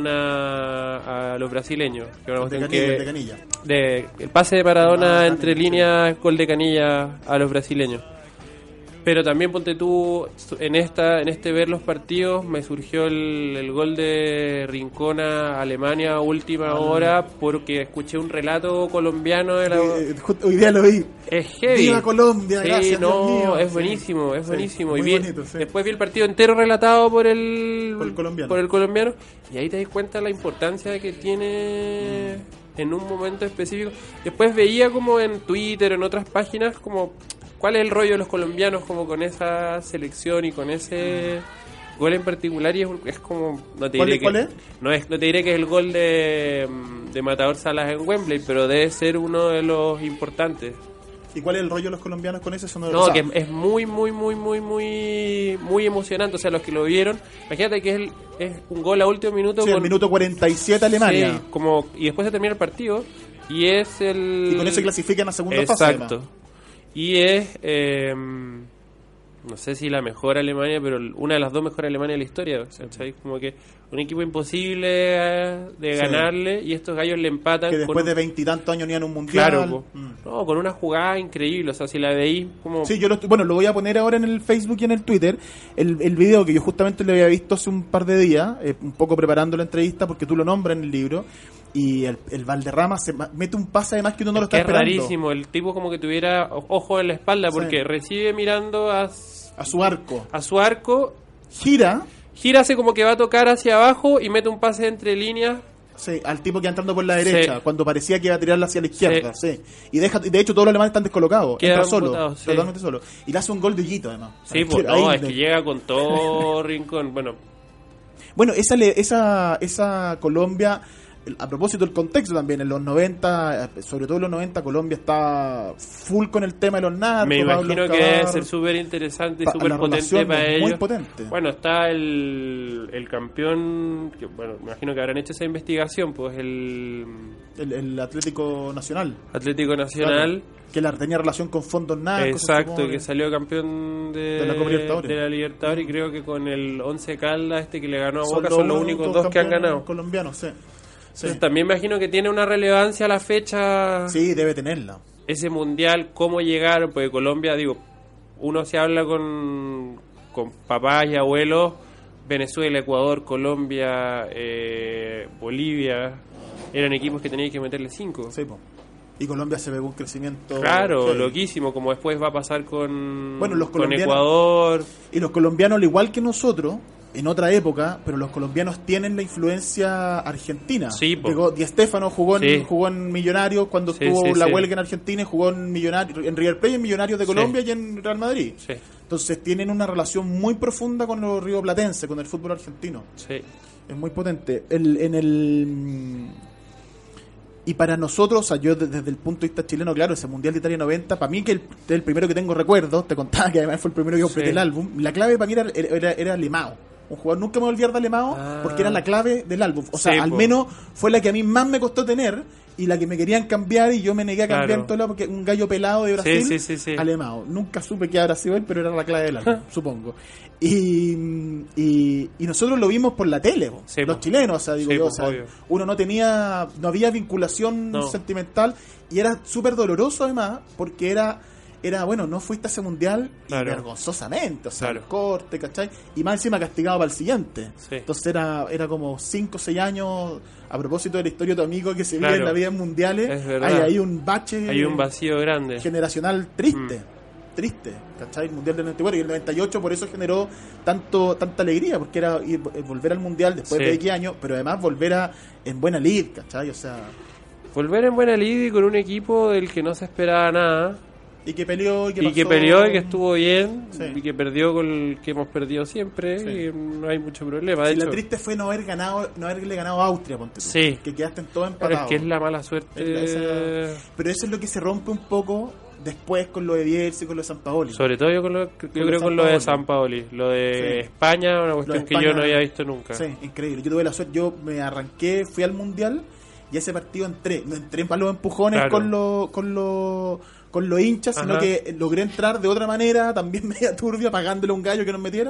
Maradona a los brasileños. Que de, Canilla, que, de Canilla. De, el pase de Maradona Ah, entre Canilla, líneas, sí. Gol de Canilla a los brasileños. Pero también, ponte tú, en esta en este ver los partidos me surgió el, el gol de Rincón a Alemania a última ah, hora, porque escuché un relato colombiano de la... Eh, hoy día lo vi. Es heavy. ¡Viva Colombia! Sí, gracias, no, Dios mío. es Sí. buenísimo, es Sí, buenísimo. muy Y vi, bonito, sí. después vi el partido entero relatado por el, Por el colombiano. por el colombiano, y ahí te das cuenta la importancia que tiene mm. en un momento específico. Después veía como en Twitter, en otras páginas, como... ¿Cuál es el rollo de los colombianos como con esa selección y con ese gol en particular? Y es, es como... No te ¿Cuál, diré es, ¿Cuál que, es? No, es, no te diré que es el gol de, de Matador Salas en Wembley, pero debe ser uno de los importantes. ¿Y cuál es el rollo de los colombianos con ese? Eso no, No, lo que sabe. es muy, muy, muy, muy, muy muy emocionante. O sea, los que lo vieron, imagínate que es, el, es un gol a último minuto. Sí, con, el minuto cuarenta y siete Alemania. Sí, como, y después se termina el partido. Y es el... Y con eso clasifican a segunda Exacto. fase. Exacto. Y es, eh, no sé si la mejor Alemania, pero una de las dos mejores Alemanias de la historia. O sea, ¿sabes? Como que un equipo imposible eh, de Sí. ganarle, y estos gallos le empatan. Que después con de veintitantos años ni en un mundial. Claro, po. Mm. No, con una jugada increíble. O sea, si la veis como... Sí, yo lo, bueno, lo voy a poner ahora en el Facebook y en el Twitter. El, el video que yo justamente lo había visto hace un par de días, eh, un poco preparando la entrevista, porque tú lo nombras en el libro. Y el, el Valderrama se ma- mete un pase además que uno no Es lo está que esperando. es rarísimo, el tipo como que tuviera o- ojo en la espalda, porque Sí. recibe mirando a, A su arco. a su arco, Gira, gira hace como que va a tocar hacia abajo y mete un pase entre líneas. sí, al tipo que entrando por la derecha, Sí. cuando parecía que iba a tirarla hacia la izquierda. Sí. Y deja, y de hecho todos los alemanes están descolocados. Quedan Entra solo, botados, sí. totalmente solo. Y le hace un gol de Higuito además. Sí, Ahí, pues no, ahí es le- que llega con todo rincón. Bueno, Bueno, esa, le- esa, esa Colombia, a propósito del contexto también, en los noventa, sobre todo en los noventa, Colombia está full con el tema de los narcos. me Pablo imagino que Escobar. debe ser súper interesante y Pa- súper la potente relación para es ellos. muy potente. Bueno, está el, el campeón, que bueno, me imagino que habrán hecho esa investigación, pues el El, el Atlético Nacional. Atlético Nacional. Claro, que la, tenía relación con fondos narcos. Exacto, supongo que salió campeón de, De la Copa Libertadores. de la Libertadores, y creo que con el Once Caldas, este que le ganó a Son Boca, los son los únicos únicos dos que han campeones ganado. colombianos, sí. Sí. Entonces, también me imagino que tiene una relevancia a la fecha, Sí, debe tenerla. ese mundial, cómo llegaron, porque Colombia, digo, uno se habla con, con papás y abuelos, Venezuela, Ecuador, Colombia, eh, Bolivia, eran equipos que tenían que meterle cinco. Sí, po. Y Colombia se pegó un crecimiento. Claro, sí. loquísimo, como después va a pasar con, Bueno, los con colombianos- Ecuador. Y los colombianos, al igual que nosotros, en otra época, pero los colombianos tienen la influencia argentina. Sí, po. Llegó Di Stéfano, jugó en, Sí. jugó en Millonarios cuando Sí, estuvo sí, la sí. huelga en Argentina, y jugó en Millonarios, en River Plate, en Millonarios de Colombia y en Real Madrid. Sí, Entonces tienen una relación muy profunda con los rioplatenses, con el fútbol argentino. sí. Es muy potente. El, en el mm, y para nosotros, o sea, yo de- desde el punto de vista chileno, claro, ese Mundial de Italia noventa, para mí que el, el primero que tengo recuerdos, te contaba que además fue el primero que completé Sí. el álbum, la clave para mí era, era, era Lemao. Un jugador, nunca me voy a olvidar de Lemao, Ah. porque era la clave del álbum. O sea, Sí, al po. menos fue la que a mí más me costó tener, y la que me querían cambiar y yo me negué a cambiar Claro. en todo lado porque un gallo pelado de Brasil, Sí, sí, sí, sí. alemán. Nunca supe qué habrá sido él, pero era la clave del álbum, supongo. Y, y, y nosotros lo vimos por la tele, po, Sí, los po. chilenos, o sea, digo Sí, yo, po, o sea, obvio. uno no tenía, no había vinculación No. sentimental y era súper doloroso además, porque era, era bueno, no fuiste a ese mundial Claro. y vergonzosamente, o sea, Claro. el corte, ¿cachai? Y más encima castigado para el siguiente. Sí. Entonces era, era como cinco o seis años, a propósito de la historia de tu amigo que se vive Claro. en la vida en mundiales, Es verdad. hay ahí un bache Hay un vacío grande. generacional triste, triste, ¿cachai? El mundial del noventa y cuatro y el noventa y ocho por eso generó tanto tanta alegría, porque era ir- volver al mundial después Sí. de X años, pero además volver a en buena lid, ¿cachai? O sea, Volver en buena lid y con un equipo del que no se esperaba nada. y que peleó y que Y que pasó- peleó y que estuvo bien. Sí. Y que perdió con el que hemos perdido siempre. Sí. Y no hay mucho problema. De Sí, hecho, la triste fue no haber ganado, no haberle ganado a Austria, ponte tú, Sí. que quedaste en todo pero empatado. es que es la mala suerte. Es la- esa- Pero eso es lo que se rompe un poco después con lo de Bielsa y con lo de Sampaoli. Sobre todo yo, con lo, yo Con creo lo de con lo de San San Paoli. Lo de Sí. España, una Lo cuestión de que yo España- no había visto nunca. Sí, increíble. Yo tuve la suerte, yo me arranqué, fui al mundial y ese partido entré, no entré para los empujones Claro. con los con los con los hinchas, sino Ajá. que logré entrar de otra manera, también media turbia, pagándole a un gallo que nos metiera.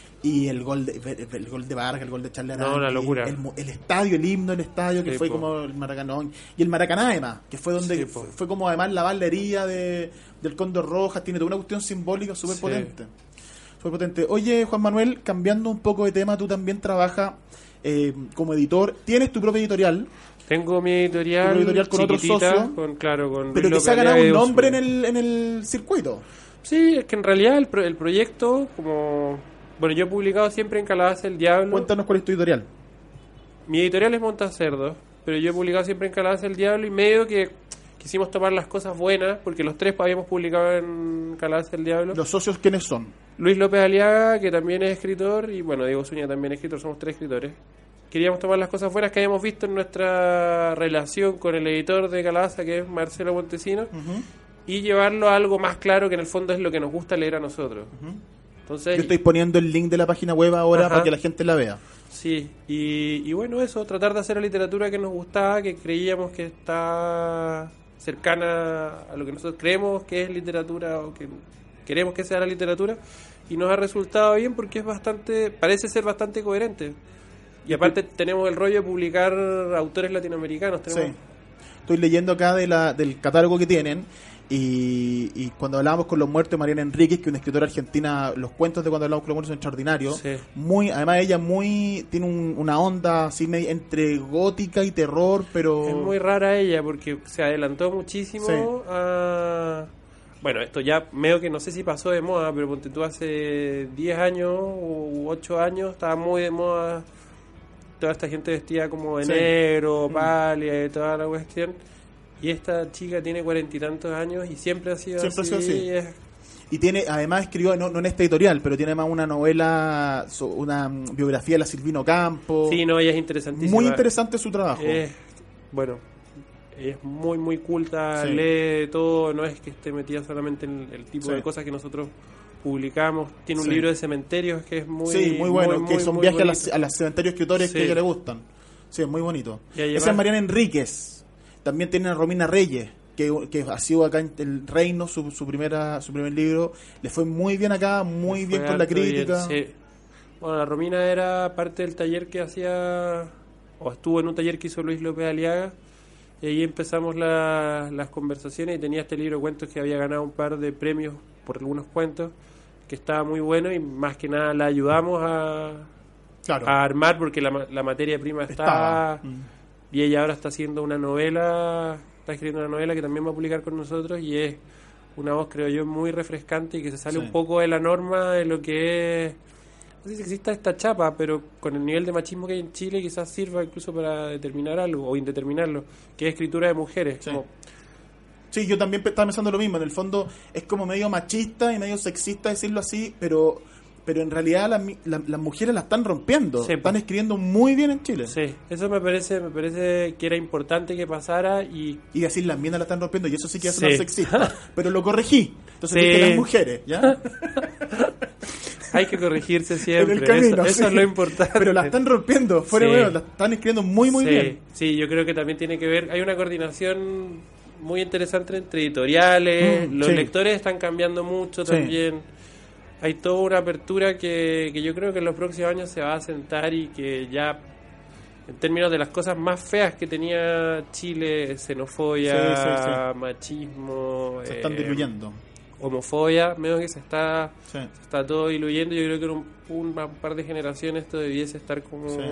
Y el gol de el gol de Vargas, el gol de Charles No, Aranqui, una locura. El, el estadio, el himno del estadio, que Sí, fue po. como el Maracaná. Y el Maracaná además, que fue donde Sí, fue, po. fue como además la ballería de, del Cóndor Rojas, tiene toda una cuestión simbólica súper Sí. potente. Súper potente. Oye, Juan Manuel, cambiando un poco de tema, tú también trabajas eh, como editor, tienes tu propia editorial, Tengo mi editorial, Tu editorial con otro chiquitita, socio, con, claro, con pero Luis que se ha López ganado un Aliaga y nombre en Osuna. el, en el circuito. Sí, es que en realidad el, pro- el proyecto, como... Bueno, yo he publicado siempre en Calabaza el Diablo. Cuéntanos cuál es tu editorial. Mi editorial es Montacerdo, pero yo he publicado siempre en Calabaza el Diablo y medio que quisimos tomar las cosas buenas, porque los tres habíamos publicado en Calabaza el Diablo. ¿Los socios quiénes son? Luis López Aliaga, que también es escritor, y bueno, Diego Zúñiga también es escritor, somos tres escritores. Queríamos tomar las cosas buenas que habíamos visto en nuestra relación con el editor de Calabaza, que es Marcelo Montesino, Ujú. y llevarlo a algo más claro, que en el fondo es lo que nos gusta leer a nosotros. Entonces, Yo estoy poniendo el link de la página web ahora Ajá. para que la gente la vea. sí, y, y bueno, eso, tratar de hacer la literatura que nos gustaba, que creíamos que está cercana a lo que nosotros creemos que es literatura o que queremos que sea la literatura, y nos ha resultado bien porque es bastante, parece ser bastante coherente. Y aparte tenemos el rollo de publicar autores latinoamericanos. Tenemos, Sí. Estoy leyendo acá de la, del catálogo que tienen y, y cuando hablábamos con los muertos de Mariana Enríquez, que es una escritora argentina, los cuentos de cuando hablamos con los muertos son extraordinarios. Sí. Muy, además ella muy tiene un- una onda así medio entre gótica y terror, pero Es muy rara ella porque se adelantó muchísimo Sí. a... Bueno, esto ya medio que no sé si pasó de moda, pero ponte tú hace diez años u ocho años estaba muy de moda toda esta gente vestida como de Sí. negro, Mm. pálida y toda la cuestión. Y esta chica tiene cuarenta y tantos años y siempre ha sido Siempre ha así. sido así. y es- y tiene además escribió no, no en esta editorial, pero tiene más una novela, so- una mm, biografía de la Silvino Campo. Sí, no, ella es interesantísima. Muy interesante su trabajo. Es, bueno, es muy, muy culta, Sí. lee todo, no es que esté metida solamente en el tipo Sí. de cosas que nosotros publicamos. Tiene un Sí. libro de cementerios que es muy sí, muy bueno, muy, que muy, son muy viajes a bonito. las, a las cementerios escritores Sí. que a ella le gustan. Sí, es muy bonito. Y además- Esa es Mariana Enríquez. También tiene a Romina Reyes, que, que ha sido acá en El Reino, su, su primera su primer libro. Le fue muy bien acá, muy Le bien fue con la harto crítica. bien, sí. Bueno, la Romina era parte del taller que hacía, o estuvo en un taller que hizo Luis López Aliaga, y ahí empezamos la- las conversaciones, y tenía este libro de cuentos que había ganado un par de premios por algunos cuentos, que estaba muy bueno, y más que nada la ayudamos a, Claro. a armar, porque la, ma- la materia prima está, Estaba. Mm. y ella ahora está haciendo una novela, está escribiendo una novela que también va a publicar con nosotros, y es una voz, creo yo, muy refrescante y que se sale Sí. un poco de la norma de lo que es. No sé si exista esta chapa, pero con el nivel de machismo que hay en Chile quizás sirva incluso para determinar algo o indeterminarlo, que es escritura de mujeres. Sí. Como, Sí, yo también pe- estaba pensando lo mismo. En el fondo es como medio machista y medio sexista decirlo así, pero pero en realidad las mi- la- las mujeres la están rompiendo. Sí, están pues. escribiendo muy bien en Chile. sí, eso me parece me parece que era importante que pasara y Y decir las minas la están rompiendo, y eso sí que es Sí. una sexista. Pero lo corregí. Entonces Sí. dije las mujeres, ¿ya? Hay que corregirse siempre, en el camino, eso, eso sí. es lo importante. Pero la están rompiendo, fuera Sí. de la están escribiendo muy, muy sí, bien. Sí, yo creo que también tiene que ver, hay una coordinación muy interesante entre editoriales, Mm, los sí. lectores están cambiando mucho Sí. también. Hay toda una apertura que, que yo creo que en los próximos años se va a sentar y que ya, en términos de las cosas más feas que tenía Chile, xenofobia, Sí, sí, sí. machismo, Se están eh, diluyendo. homofobia, medio que se está Sí. se está todo diluyendo. Yo creo que en un, un, un par de generaciones esto debiese estar como Sí.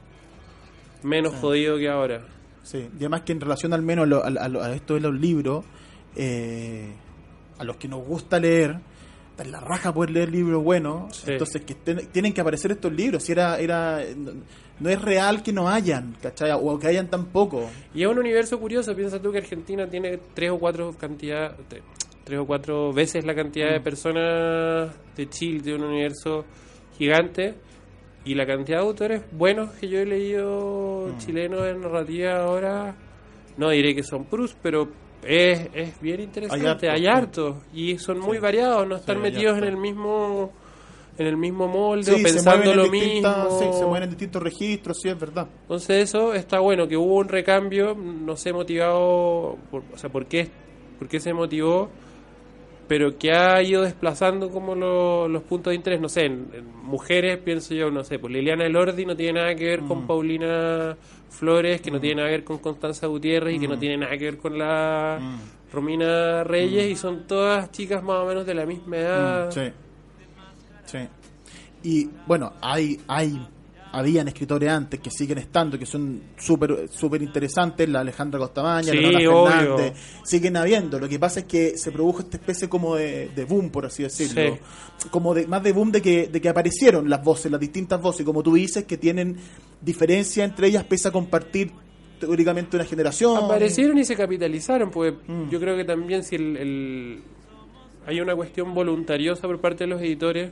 menos Sí. jodido que ahora. Sí, y además que en relación al menos a, lo- a, lo- a esto de los libros, eh, a los que nos gusta leer, en la raja poder leer libros buenos, Sí. entonces que estén- tienen que aparecer estos libros, si era, era no, no es real que no hayan, ¿cachai? O que hayan tan poco. Y es un universo curioso, piensa tú que Argentina tiene tres o cuatro cantidad, tre- tres o cuatro veces la cantidad de personas de Chile, de un universo gigante, y la cantidad de autores buenos que yo he leído chilenos en narrativa ahora, no diré que son Proust, pero es, es bien interesante, Hay hay harto, harto, y son Sí. muy variados, no están Sí, hay metidos en harto. el mismo en el mismo molde, o Sí, se pensando mueven, lo en distintas, mismo. sí, se mueven en distintos registros, sí, es verdad. Entonces eso está bueno, que hubo un recambio, no sé motivado, por, o sea, por qué, por qué se motivó, pero que ha ido desplazando como lo- los puntos de interés, no sé, en, en mujeres pienso yo, no sé, pues Liliana Elordi no tiene nada que ver con Mm. Paulina Flores, que no tiene nada que ver con Constanza Gutiérrez y que no Mm. tiene nada que ver con la Mm. Romina Reyes, y son todas chicas más o menos de la misma edad. Mm, sí. Sí. Y bueno, hay, hay, habían escritores antes que siguen estando, que son súper súper interesantes, la Alejandra Costamaña, Sí, la Nona obvio. Fernández, siguen habiendo. Lo que pasa es que se produjo esta especie como de, de boom, por así decirlo. Como de, más de boom de que, de que aparecieron las voces, las distintas voces, como tú dices, que tienen diferencia entre ellas, pese a compartir teóricamente una generación. Aparecieron y se capitalizaron, porque Mm. yo creo que también si el, el- hay una cuestión voluntariosa por parte de los editores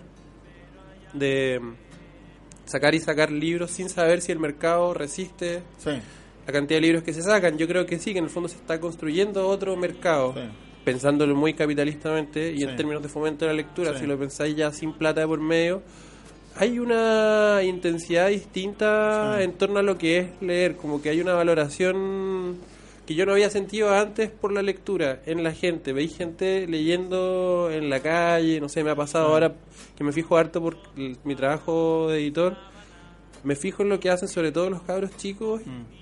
de sacar y sacar libros sin saber si el mercado resiste Sí, la cantidad de libros que se sacan. Yo creo que sí, que en el fondo se está construyendo otro mercado, sí. pensándolo muy capitalistamente y Sí. en términos de fomento de la lectura, Sí. si lo pensáis ya sin plata de por medio. Hay una intensidad distinta Sí. en torno a lo que es leer, como que hay una valoración que yo no había sentido antes por la lectura en la gente. Veis gente leyendo en la calle, no sé, me ha pasado Sí. ahora que me fijo harto por el- mi trabajo de editor, me fijo en lo que hacen sobre todo los cabros chicos.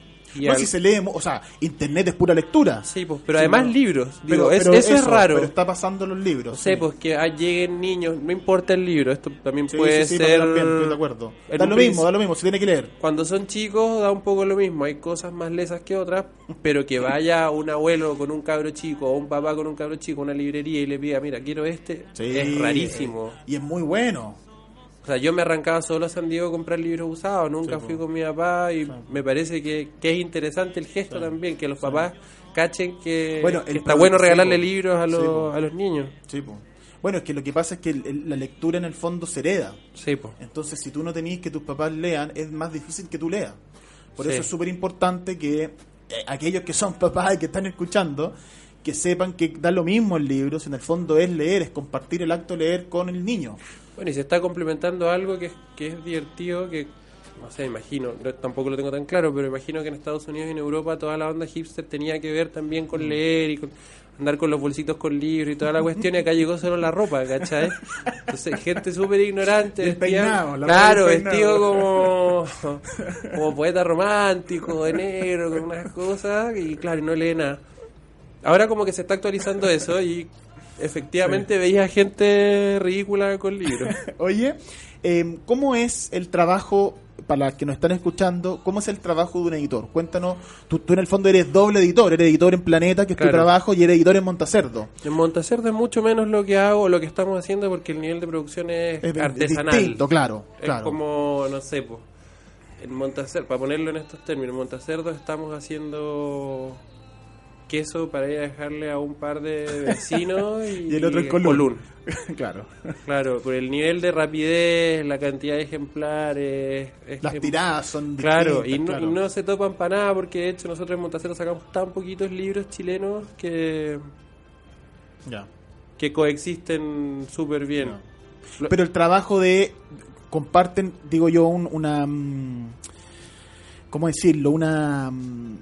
Y No, al- si se lee, o sea, internet es pura lectura. Sí, pues, pero Sí, además no. libros, Pero- digo, es- pero eso, es raro. Pero está pasando en los libros. No sé, sí. pues que ah, lleguen niños, no importa el libro, esto también Sí, puede sí, sí, ser... también, estoy de acuerdo. en Da un lo principio- mismo, da lo mismo, se tiene que leer. Cuando son chicos da un poco lo mismo, hay cosas más lesas que otras, pero que vaya un abuelo con un cabro chico o un papá con un cabro chico a una librería y le pida, mira, quiero este, Sí, es rarísimo. Y es muy bueno. O sea, yo me arrancaba solo a San Diego a comprar libros usados, nunca Sí, fui po. con mi papá y Sí. me parece que, que es interesante el gesto Sí. también, que los papás cachen que, Bueno, que el está produ- bueno sí, regalarle po. libros a Sí, los, po. a los niños. Sí, po. Bueno, es que lo que pasa es que el- el- la lectura en el fondo se hereda. Sí, pues. Entonces, si tú no tenés que tus papás lean, es más difícil que tú leas. Por Sí. eso es súper importante que eh, aquellos que son papás y que están escuchando, que sepan que da lo mismo el libro, si en el fondo es leer, es compartir el acto de leer con el niño. Bueno, y se está complementando algo que, es- que es divertido, que no sé, imagino, no- tampoco lo tengo tan claro, pero imagino que en Estados Unidos y en Europa toda la onda hipster tenía que ver también con leer y con andar con los bolsitos con libros y toda la cuestión, y acá llegó solo la ropa, ¿cachai? Entonces, gente súper ignorante, Y el vestida- peinado, la claro, ropa y el vestido peinado. como, como poeta romántico, de negro, con unas cosas, y claro, y no lee nada. Ahora como que se está actualizando eso y efectivamente veía gente ridícula con libros. Oye, eh, ¿cómo es el trabajo, para los que nos están escuchando, cómo es el trabajo de un editor? Cuéntanos, tú, tú en el fondo eres doble editor, eres editor en Planeta, que es Claro. tu trabajo, y eres editor en Montacerdo. En Montacerdo es mucho menos lo que hago, lo que estamos haciendo, porque el nivel de producción es, Es artesanal. distinto, claro, Es claro. como, no sé, po, en Montacerdo, para ponerlo en estos términos, en Montacerdo estamos haciendo queso para ir a dejarle a un par de vecinos y, Y el otro en Colún. Claro. Claro, por el nivel de rapidez, la cantidad de ejemplares. es- Las es- tiradas son Claro, distintas, y no, claro. y no se topan para nada, porque de hecho nosotros en Montacero sacamos tan poquitos libros chilenos que, Ya. que coexisten súper bien. Ya. Pero el trabajo de... Comparten, digo yo, un, una... ¿Cómo decirlo? Una...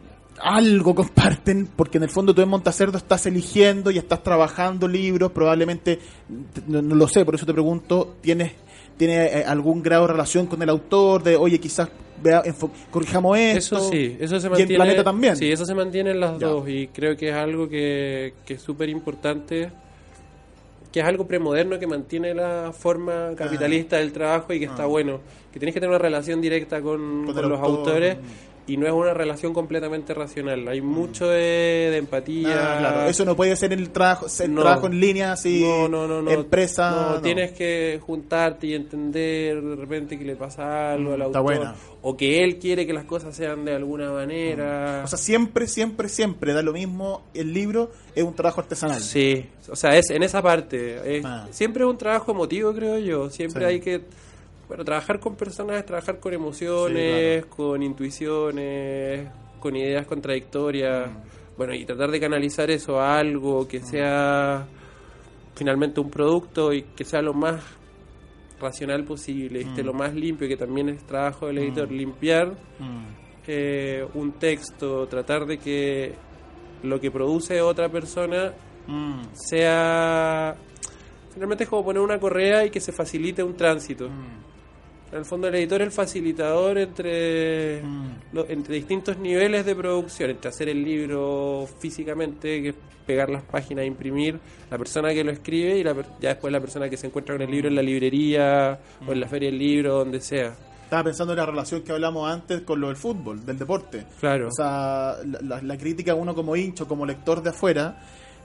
Algo comparten, porque en el fondo tú en Montacerdo estás eligiendo y estás trabajando libros, probablemente, no, no lo sé, por eso te pregunto, ¿tienes, ¿tiene algún grado de relación con el autor? De, oye, quizás vea, enfo- corrijamos esto. Eso sí, eso se ¿Y mantiene. el Planeta también? Sí, eso se mantiene en las Ya. dos, y creo que es algo que, que es súper importante, que es algo premoderno que mantiene la forma capitalista del trabajo y que Ah. está bueno, que tienes que tener una relación directa con, Con con el los autor. autores, y no es una relación completamente racional, hay mucho de, de empatía. Ah, claro. Eso no puede ser el trabajo, el No. trabajo en línea, así, No, no, no, no. empresa. No, no. tienes que juntarte y entender de repente que le pasa algo al Está autor, buena. o que él quiere que las cosas sean de alguna manera. O sea, siempre, siempre, siempre da lo mismo. El libro es un trabajo artesanal. Sí, o sea, es en esa parte. Es, Ah. Siempre es un trabajo emotivo, creo yo. Siempre Sí. hay que, bueno, trabajar con personas, trabajar con emociones, Sí, con intuiciones, con ideas contradictorias. Bueno, y tratar de canalizar eso a algo que sea finalmente un producto y que sea lo más racional posible, ¿viste? Lo más limpio, que también es trabajo del editor, limpiar eh, un texto, tratar de que lo que produce otra persona Mm. sea, finalmente es como poner una correa y que se facilite un tránsito. En el fondo el editor es el facilitador entre, lo- entre distintos niveles de producción, entre hacer el libro físicamente, que es pegar las páginas, imprimir, la persona que lo escribe y la, per- ya después la persona que se encuentra con el libro en la librería o en la feria del libro, donde sea. Estaba pensando en la relación que hablamos antes con lo del fútbol, del deporte. Claro. O sea, la, la- la crítica a uno como hincho, como lector de afuera,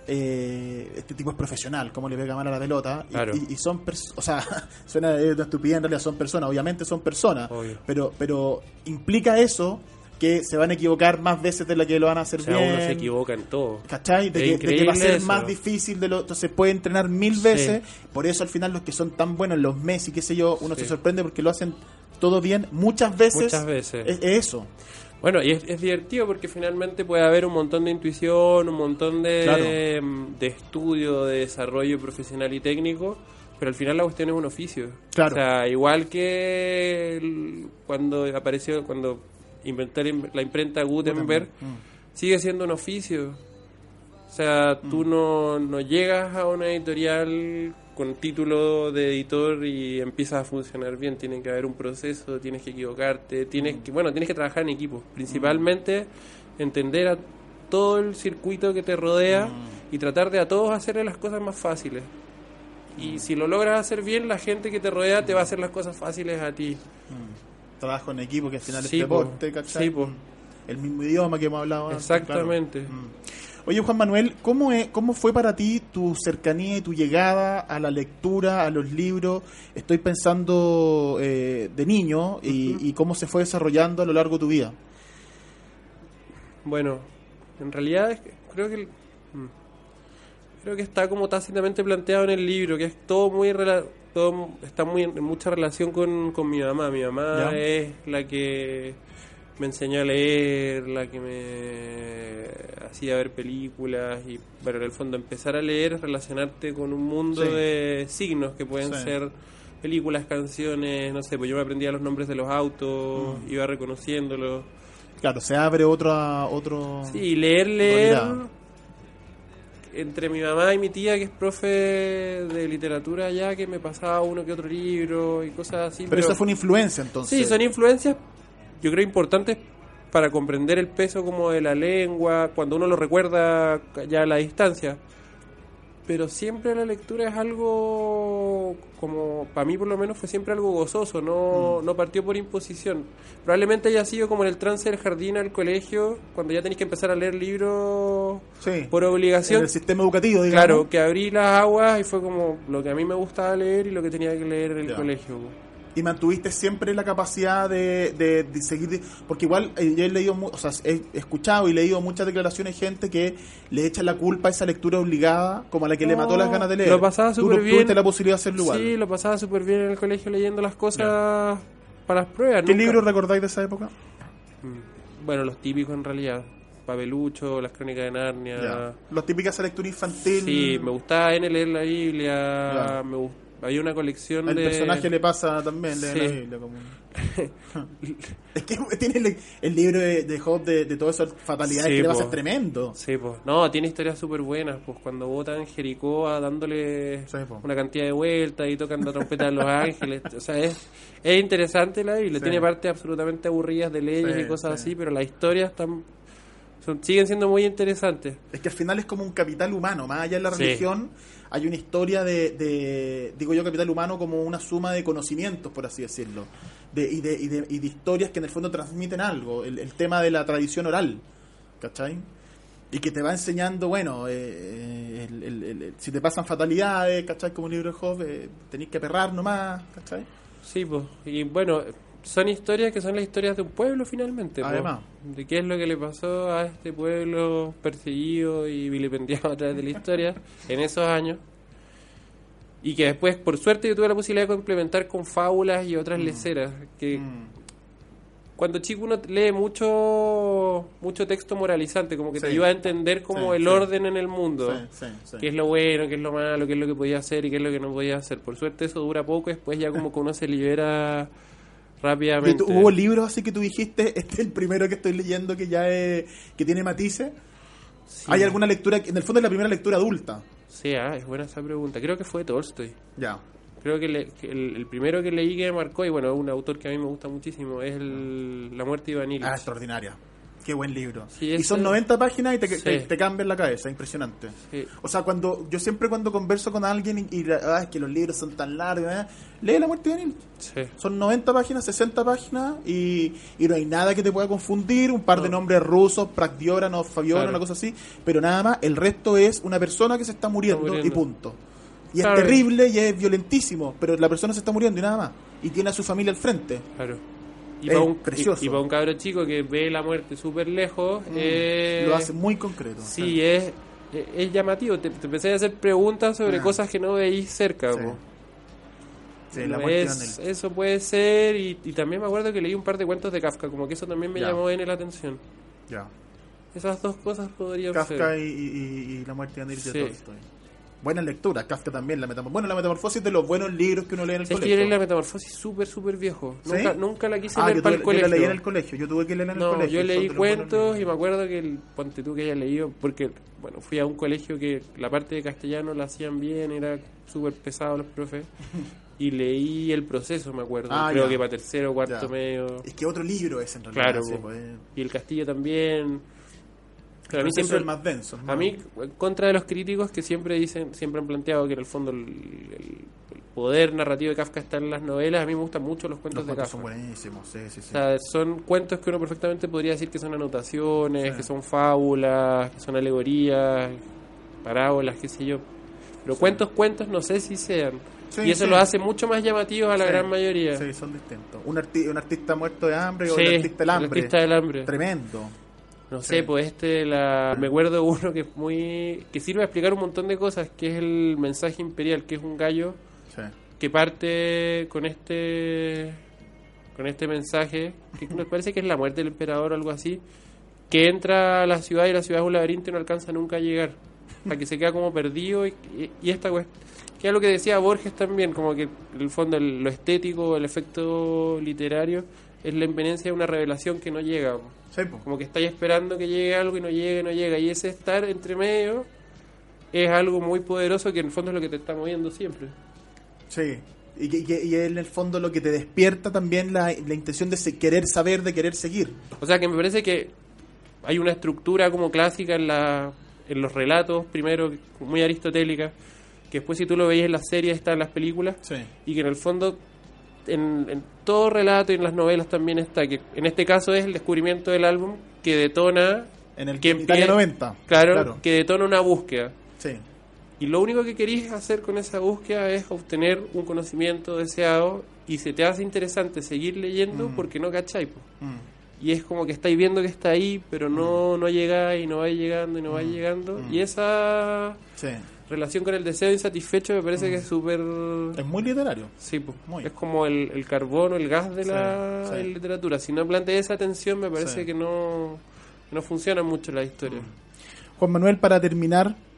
eh, este tipo es profesional, como le pega mal a la pelota. Y, Claro. y, y son personas, o sea, suena de una estupidez, en realidad son personas, obviamente son personas. Obvio. Pero, pero implica eso que se van a equivocar más veces de lo que lo van a hacer O sea, bien. uno se equivoca en todo. ¿Cachai? De Es que, de que va a ser increíble más eso. difícil de lo. Entonces puede entrenar mil veces. Por eso al final los que son tan buenos, los Messi, qué sé yo, uno Sí. se sorprende porque lo hacen todo bien muchas veces. Muchas veces. Es, es eso. Bueno, y es, es divertido porque finalmente puede haber un montón de intuición, un montón de, Claro. de estudio, de desarrollo profesional y técnico, pero al final la cuestión es un oficio. Claro. O sea, igual que el- cuando apareció, cuando inventó la im- la imprenta Gutenberg, sigue siendo un oficio. O sea, tú no, no llegas a una editorial con título de editor y empiezas a funcionar bien. Tiene que haber un proceso, tienes que equivocarte, tienes que, bueno, tienes que trabajar en equipo. Principalmente entender a todo el circuito que te rodea y tratar de a todos hacerle las cosas más fáciles. Y si lo logras hacer bien, la gente que te rodea te va a hacer las cosas fáciles a ti. Trabajo en equipo, que al final Sí, es po. deporte, ¿cachai? Sí, po. El mismo idioma que hemos hablado antes, Exactamente. claro. Mm. Oye, Juan Manuel, ¿cómo, es, ¿cómo fue para ti tu cercanía y tu llegada a la lectura, a los libros? Estoy pensando eh, de niño y, y cómo se fue desarrollando a lo largo de tu vida. Bueno, en realidad es que creo que el- mm, creo que está como tácitamente planteado en el libro, que es todo muy rela- todo está muy en mucha relación con, con mi mamá. Mi mamá Ya. es la que me enseñó a leer, la que me hacía ver películas y, bueno, en el fondo empezar a leer es relacionarte con un mundo Sí. de signos que pueden Sí. ser películas, canciones, no sé, pues yo me aprendía los nombres de los autos, Mm. iba reconociéndolos. Claro, se abre otro... otro Sí, leer, leer mirada. entre mi mamá y mi tía, que es profe de literatura allá, que me pasaba uno que otro libro y cosas así. Pero esa fue una influencia, entonces. Sí, son influencias, yo creo, importantes para comprender el peso como de la lengua, cuando uno lo recuerda ya a la distancia. Pero siempre la lectura es algo, como para mí por lo menos fue siempre algo gozoso, no, Mm. no partió por imposición. Probablemente haya sido como en el trance del jardín al colegio, cuando ya tenéis que empezar a leer libros Sí. por En obligación. el sistema educativo, digamos. Claro, que abrí las aguas y fue como lo que a mí me gustaba leer y lo que tenía que leer en el Ya. colegio. Y mantuviste siempre la capacidad de, de, de seguir, de- porque igual eh, yo he leído, mu- o sea, he escuchado y leído muchas declaraciones de gente que le echan la culpa a esa lectura obligada como a la que le No, mató las ganas de leer. lo pasaba Tú súper no bien. tuviste la posibilidad de hacerlo igual. Sí, lo pasaba súper bien en el colegio leyendo las cosas para las pruebas. ¿Qué nunca- libros recordáis de esa época? Mm, Bueno, los típicos en realidad. Papelucho, las crónicas de Narnia. Ya. Las típicas lectura infantil. Sí, me gustaba N leer la Biblia, Ya. me gust- Había una colección Al de... personaje le pasa también Sí. de la Biblia. Como... es que tiene el, el libro de, de Job de, de todas esas fatalidades Sí, que le po. pasa, es tremendo. Sí, pues. No, tiene historias súper buenas, pues cuando botan Jericó a dándole Sí, po. una cantidad de vueltas y tocan la trompeta de los ángeles. O sea, es, es interesante la Biblia. Sí. Tiene partes absolutamente aburridas de leyes Sí, y cosas sí. así, pero las historias están, son, siguen siendo muy interesantes. Es que al final es como un capital humano, más allá de la Sí. religión, hay una historia de, de, digo yo, capital humano como una suma de conocimientos, por así decirlo, de, y, de, y, de, y de historias que en el fondo transmiten algo, el, el tema de la tradición oral, ¿cachai? Y que te va enseñando, bueno, eh, el, el, el, el- si te pasan fatalidades, ¿cachai? Como el libro de Job, eh, tenéis que perrar nomás, ¿cachai? Sí, pues. Y bueno, son historias que son las historias de un pueblo finalmente. po. Además. De qué es lo que le pasó a este pueblo perseguido y vilipendiado a través de la historia en esos años. Y que después, por suerte, yo tuve la posibilidad de complementar con fábulas y otras leceras. Que Mm. cuando chico uno lee mucho mucho texto moralizante, como que te Sí. ayuda a entender como Sí, el sí. orden en el mundo. Sí, sí, sí. Qué es lo bueno, qué es lo malo, qué es lo que podía hacer y qué es lo que no podía hacer. Por suerte eso dura poco, después ya como que uno se libera ¿Y rápidamente. tú- ¿Hubo libros así que tú dijiste, este es el primero que estoy leyendo que ya es, que tiene matices? Sí. ¿Hay alguna lectura, que- en el fondo es la primera lectura adulta? Sí, ah, es buena esa pregunta. Creo que fue Tolstoy. Ya. Creo que, le- que el, el primero que leí que me marcó, y bueno, un autor que a mí me gusta muchísimo, es el, La muerte de Iván Illich. Ah, extraordinaria. Qué buen libro. Sí, y ese- son noventa páginas y te, Sí. te, te cambian la cabeza, impresionante. Sí. O sea, cuando yo siempre cuando converso con alguien y, y ah, es que los libros son tan largos, ¿eh? lee La muerte de Iván Illich. Sí. Son noventa páginas, sesenta páginas y, y no hay nada que te pueda confundir, un par de No. nombres rusos, Prakdiora, Fabiona, Claro. una cosa así, pero nada más, el resto es una persona que se está muriendo, muriendo. y punto. Y Claro. es terrible y es violentísimo, pero la persona se está muriendo y nada más. Y tiene a su familia al frente. Claro. Y Es para un, precioso. y, y para un cabro chico que ve la muerte súper lejos, Mm, eh, Lo hace muy concreto. sí, es, es, es llamativo. Te, te empecé a hacer preguntas sobre Ah. cosas que no veís cerca. Sí. po. Sí, No la muerte de es- Iván Illich. eso puede ser, y, y también me acuerdo que leí un par de cuentos de Kafka, como que eso también me Ya. llamó bien la atención. Ya. Esas dos cosas podrían Kafka ser. y, y- y La muerte de Iván Illich de Sí. Tolstoy. Buena lectura, Kafka también, la metamorfosis. Bueno, la metamorfosis de los buenos libros que uno lee en el Es que yo colegio. leí la metamorfosis súper, súper viejo. ¿Sí? Nunca, nunca la quise Ah, leer yo, para tuve- el yo colegio. la leí en el colegio, yo tuve que leerla en el No, colegio. yo son leí de los buenos cuentos libros. y me acuerdo que, el, ponte tú que haya leído, porque, bueno, fui a un colegio que la parte de castellano la hacían bien, era súper pesado los profes, y leí El Proceso, me acuerdo, Ah, creo ya. que para tercero, cuarto, Ya. medio, Es que otro libro es en realidad. Claro, sí, po. pues, eh, y El Castillo también. Pero a mí Proceso es siempre, el más denso. ¿no? a mí, en contra de los críticos que siempre dicen, siempre han planteado que en el fondo el, el- el poder narrativo de Kafka está en las novelas, a mí me gustan mucho los cuentos los de cuentos Kafka. son buenísimos, sí, sí, sí. O sea, son cuentos que uno perfectamente podría decir que son anotaciones, Sí. que son fábulas, que son alegorías, parábolas, qué sé yo. Pero cuentos, cuentos, no sé si sean. Sí, y eso sí. lo hace mucho más llamativo a la Sí, gran mayoría. Sí, son distintos. Un, arti- un artista muerto de hambre o Sí, el artista del el hambre. artista del hambre. Tremendo. No Sí. sé, pues este, la... me acuerdo de uno que es muy... que sirve a explicar un montón de cosas, que es el mensaje imperial, que es un gallo Sí. que parte con este con este mensaje, que me parece que es la muerte del emperador o algo así, que entra a la ciudad y la ciudad es un laberinto y no alcanza nunca a llegar, a que se queda como perdido, y, y, y esta cuestión, que es lo que decía Borges también, como que en el fondo el- lo estético, el efecto literario, es la impenencia de una revelación que no llega, Sí, po. como que estáis esperando que llegue algo y no llega, no llega, y ese estar entre medio es algo muy poderoso que en el fondo es lo que te está moviendo siempre. Sí. Y, que- y, que- y en el fondo lo que te despierta también la, la intención de se- querer saber, de querer seguir. O sea que me parece que hay una estructura como clásica en la en los relatos, primero muy aristotélica, que después si tú lo veías en las series está en las películas, Sí. y que en el fondo en, en todo relato y en las novelas también está, que en este caso es el descubrimiento del álbum que detona, En el que en Italia empie- noventa. claro, que detona una búsqueda. Sí. Y lo único que querís hacer con esa búsqueda es obtener un conocimiento deseado, y se te hace interesante seguir leyendo Mm. porque no cacháis, po. Mm. Y es como que estáis viendo que está ahí, pero no, no llegáis, y no vais llegando, y no vais Mm. llegando. Mm. Y esa Sí. relación con el deseo insatisfecho me parece que es súper... Es muy literario. Sí, po. Muy. Es como el, el carbono, el gas de la, Sí, sí. de la literatura. Si no planteas esa tensión, me parece Sí. que no, que no funciona mucho la historia. Juan Manuel, para terminar,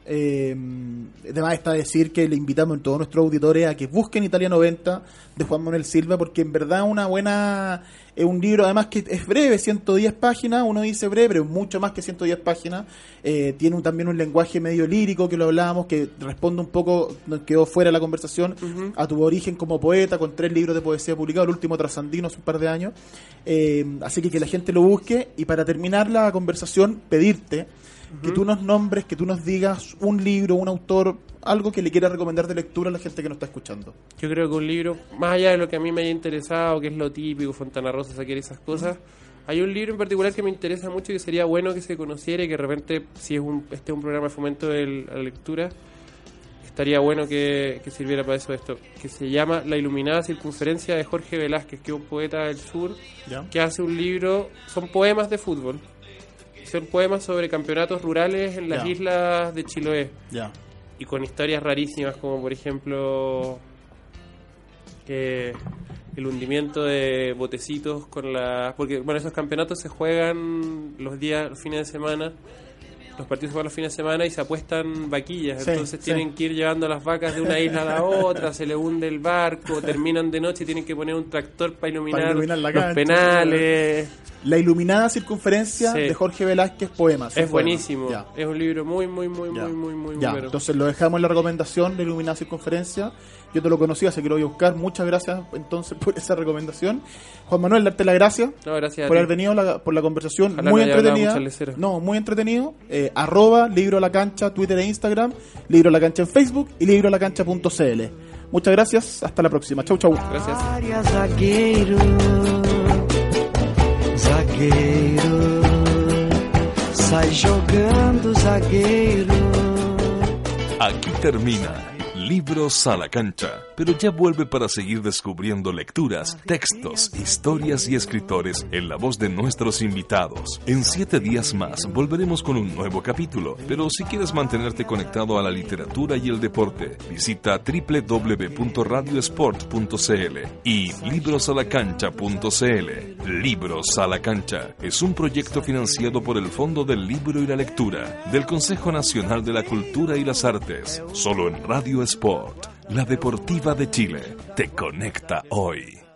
Eh, además está decir que le invitamos a todos nuestros auditores a que busquen Italia noventa de Juan Manuel Silva, porque en verdad una buena es un libro, además que es breve, ciento diez páginas, uno dice breve, pero mucho más que ciento diez páginas. Eh, tiene un, también un lenguaje medio lírico, que lo hablábamos, que responde un poco, nos quedó fuera de la conversación, uh-huh. a tu origen como poeta, con tres libros de poesía publicados, el último Trasandino hace un par de años. Eh, así que que la gente lo busque, y para terminar la conversación, pedirte uh-huh. que tú nos nombres, que tú nos digas un libro, un autor, algo que le quieras recomendar de lectura a la gente que nos está escuchando. Yo creo que un libro, más allá de lo que a mí me haya interesado, que es lo típico, Fontana Rosa, Saquer, esas cosas, hay un libro en particular que me interesa mucho y que sería bueno que se conociera, y que de repente, si es un este es un programa de fomento de la lectura, estaría bueno que, que sirviera para eso esto, que se llama La iluminada circunferencia, de Jorge Velázquez, que es un poeta del sur, ¿ya? Que hace un libro, son poemas de fútbol, son poemas sobre campeonatos rurales en las ya. islas de Chiloé. Ya. Y con historias rarísimas, como por ejemplo que el hundimiento de botecitos con la... Porque, bueno, esos campeonatos se juegan los días, los fines de semana, los partidos se juegan los fines de semana y se apuestan vaquillas, sí, entonces sí. tienen que ir llevando las vacas de una isla a la otra, se le hunde el barco, terminan de noche y tienen que poner un tractor para iluminar, para iluminar la cancha, los penales... La iluminada circunferencia sí. de Jorge Velázquez, poemas. Es buenísimo. Ya. Es un libro muy, muy, muy, ya. muy, muy, muy ya. bueno. Entonces lo dejamos en la recomendación de iluminada circunferencia. Yo te lo conocí, así que lo voy a buscar. Muchas gracias entonces por esa recomendación. Juan Manuel, darte las gracias, no, gracias por haber venido la, por la conversación. Ojalá muy entretenida. No, muy entretenido. Eh, arroba Libro a la Cancha, Twitter e Instagram. Libro a la Cancha en Facebook y libro a la cancha punto c l. Muchas gracias. Hasta la próxima. Chau, chau. Gracias. Zagueiro, sai jogando zagueiro. Aquí termina Libros a la Cancha, pero ya vuelve para seguir descubriendo lecturas, textos, historias y escritores en la voz de nuestros invitados. En siete días más volveremos con un nuevo capítulo, pero si quieres mantenerte conectado a la literatura y el deporte, visita doble u doble u doble u punto radio sport punto c l y libros a la cancha punto c l. Libros a la Cancha es un proyecto financiado por el Fondo del Libro y la Lectura del Consejo Nacional de la Cultura y las Artes, solo en Radio Sport. Sport, la deportiva de Chile, te conecta hoy.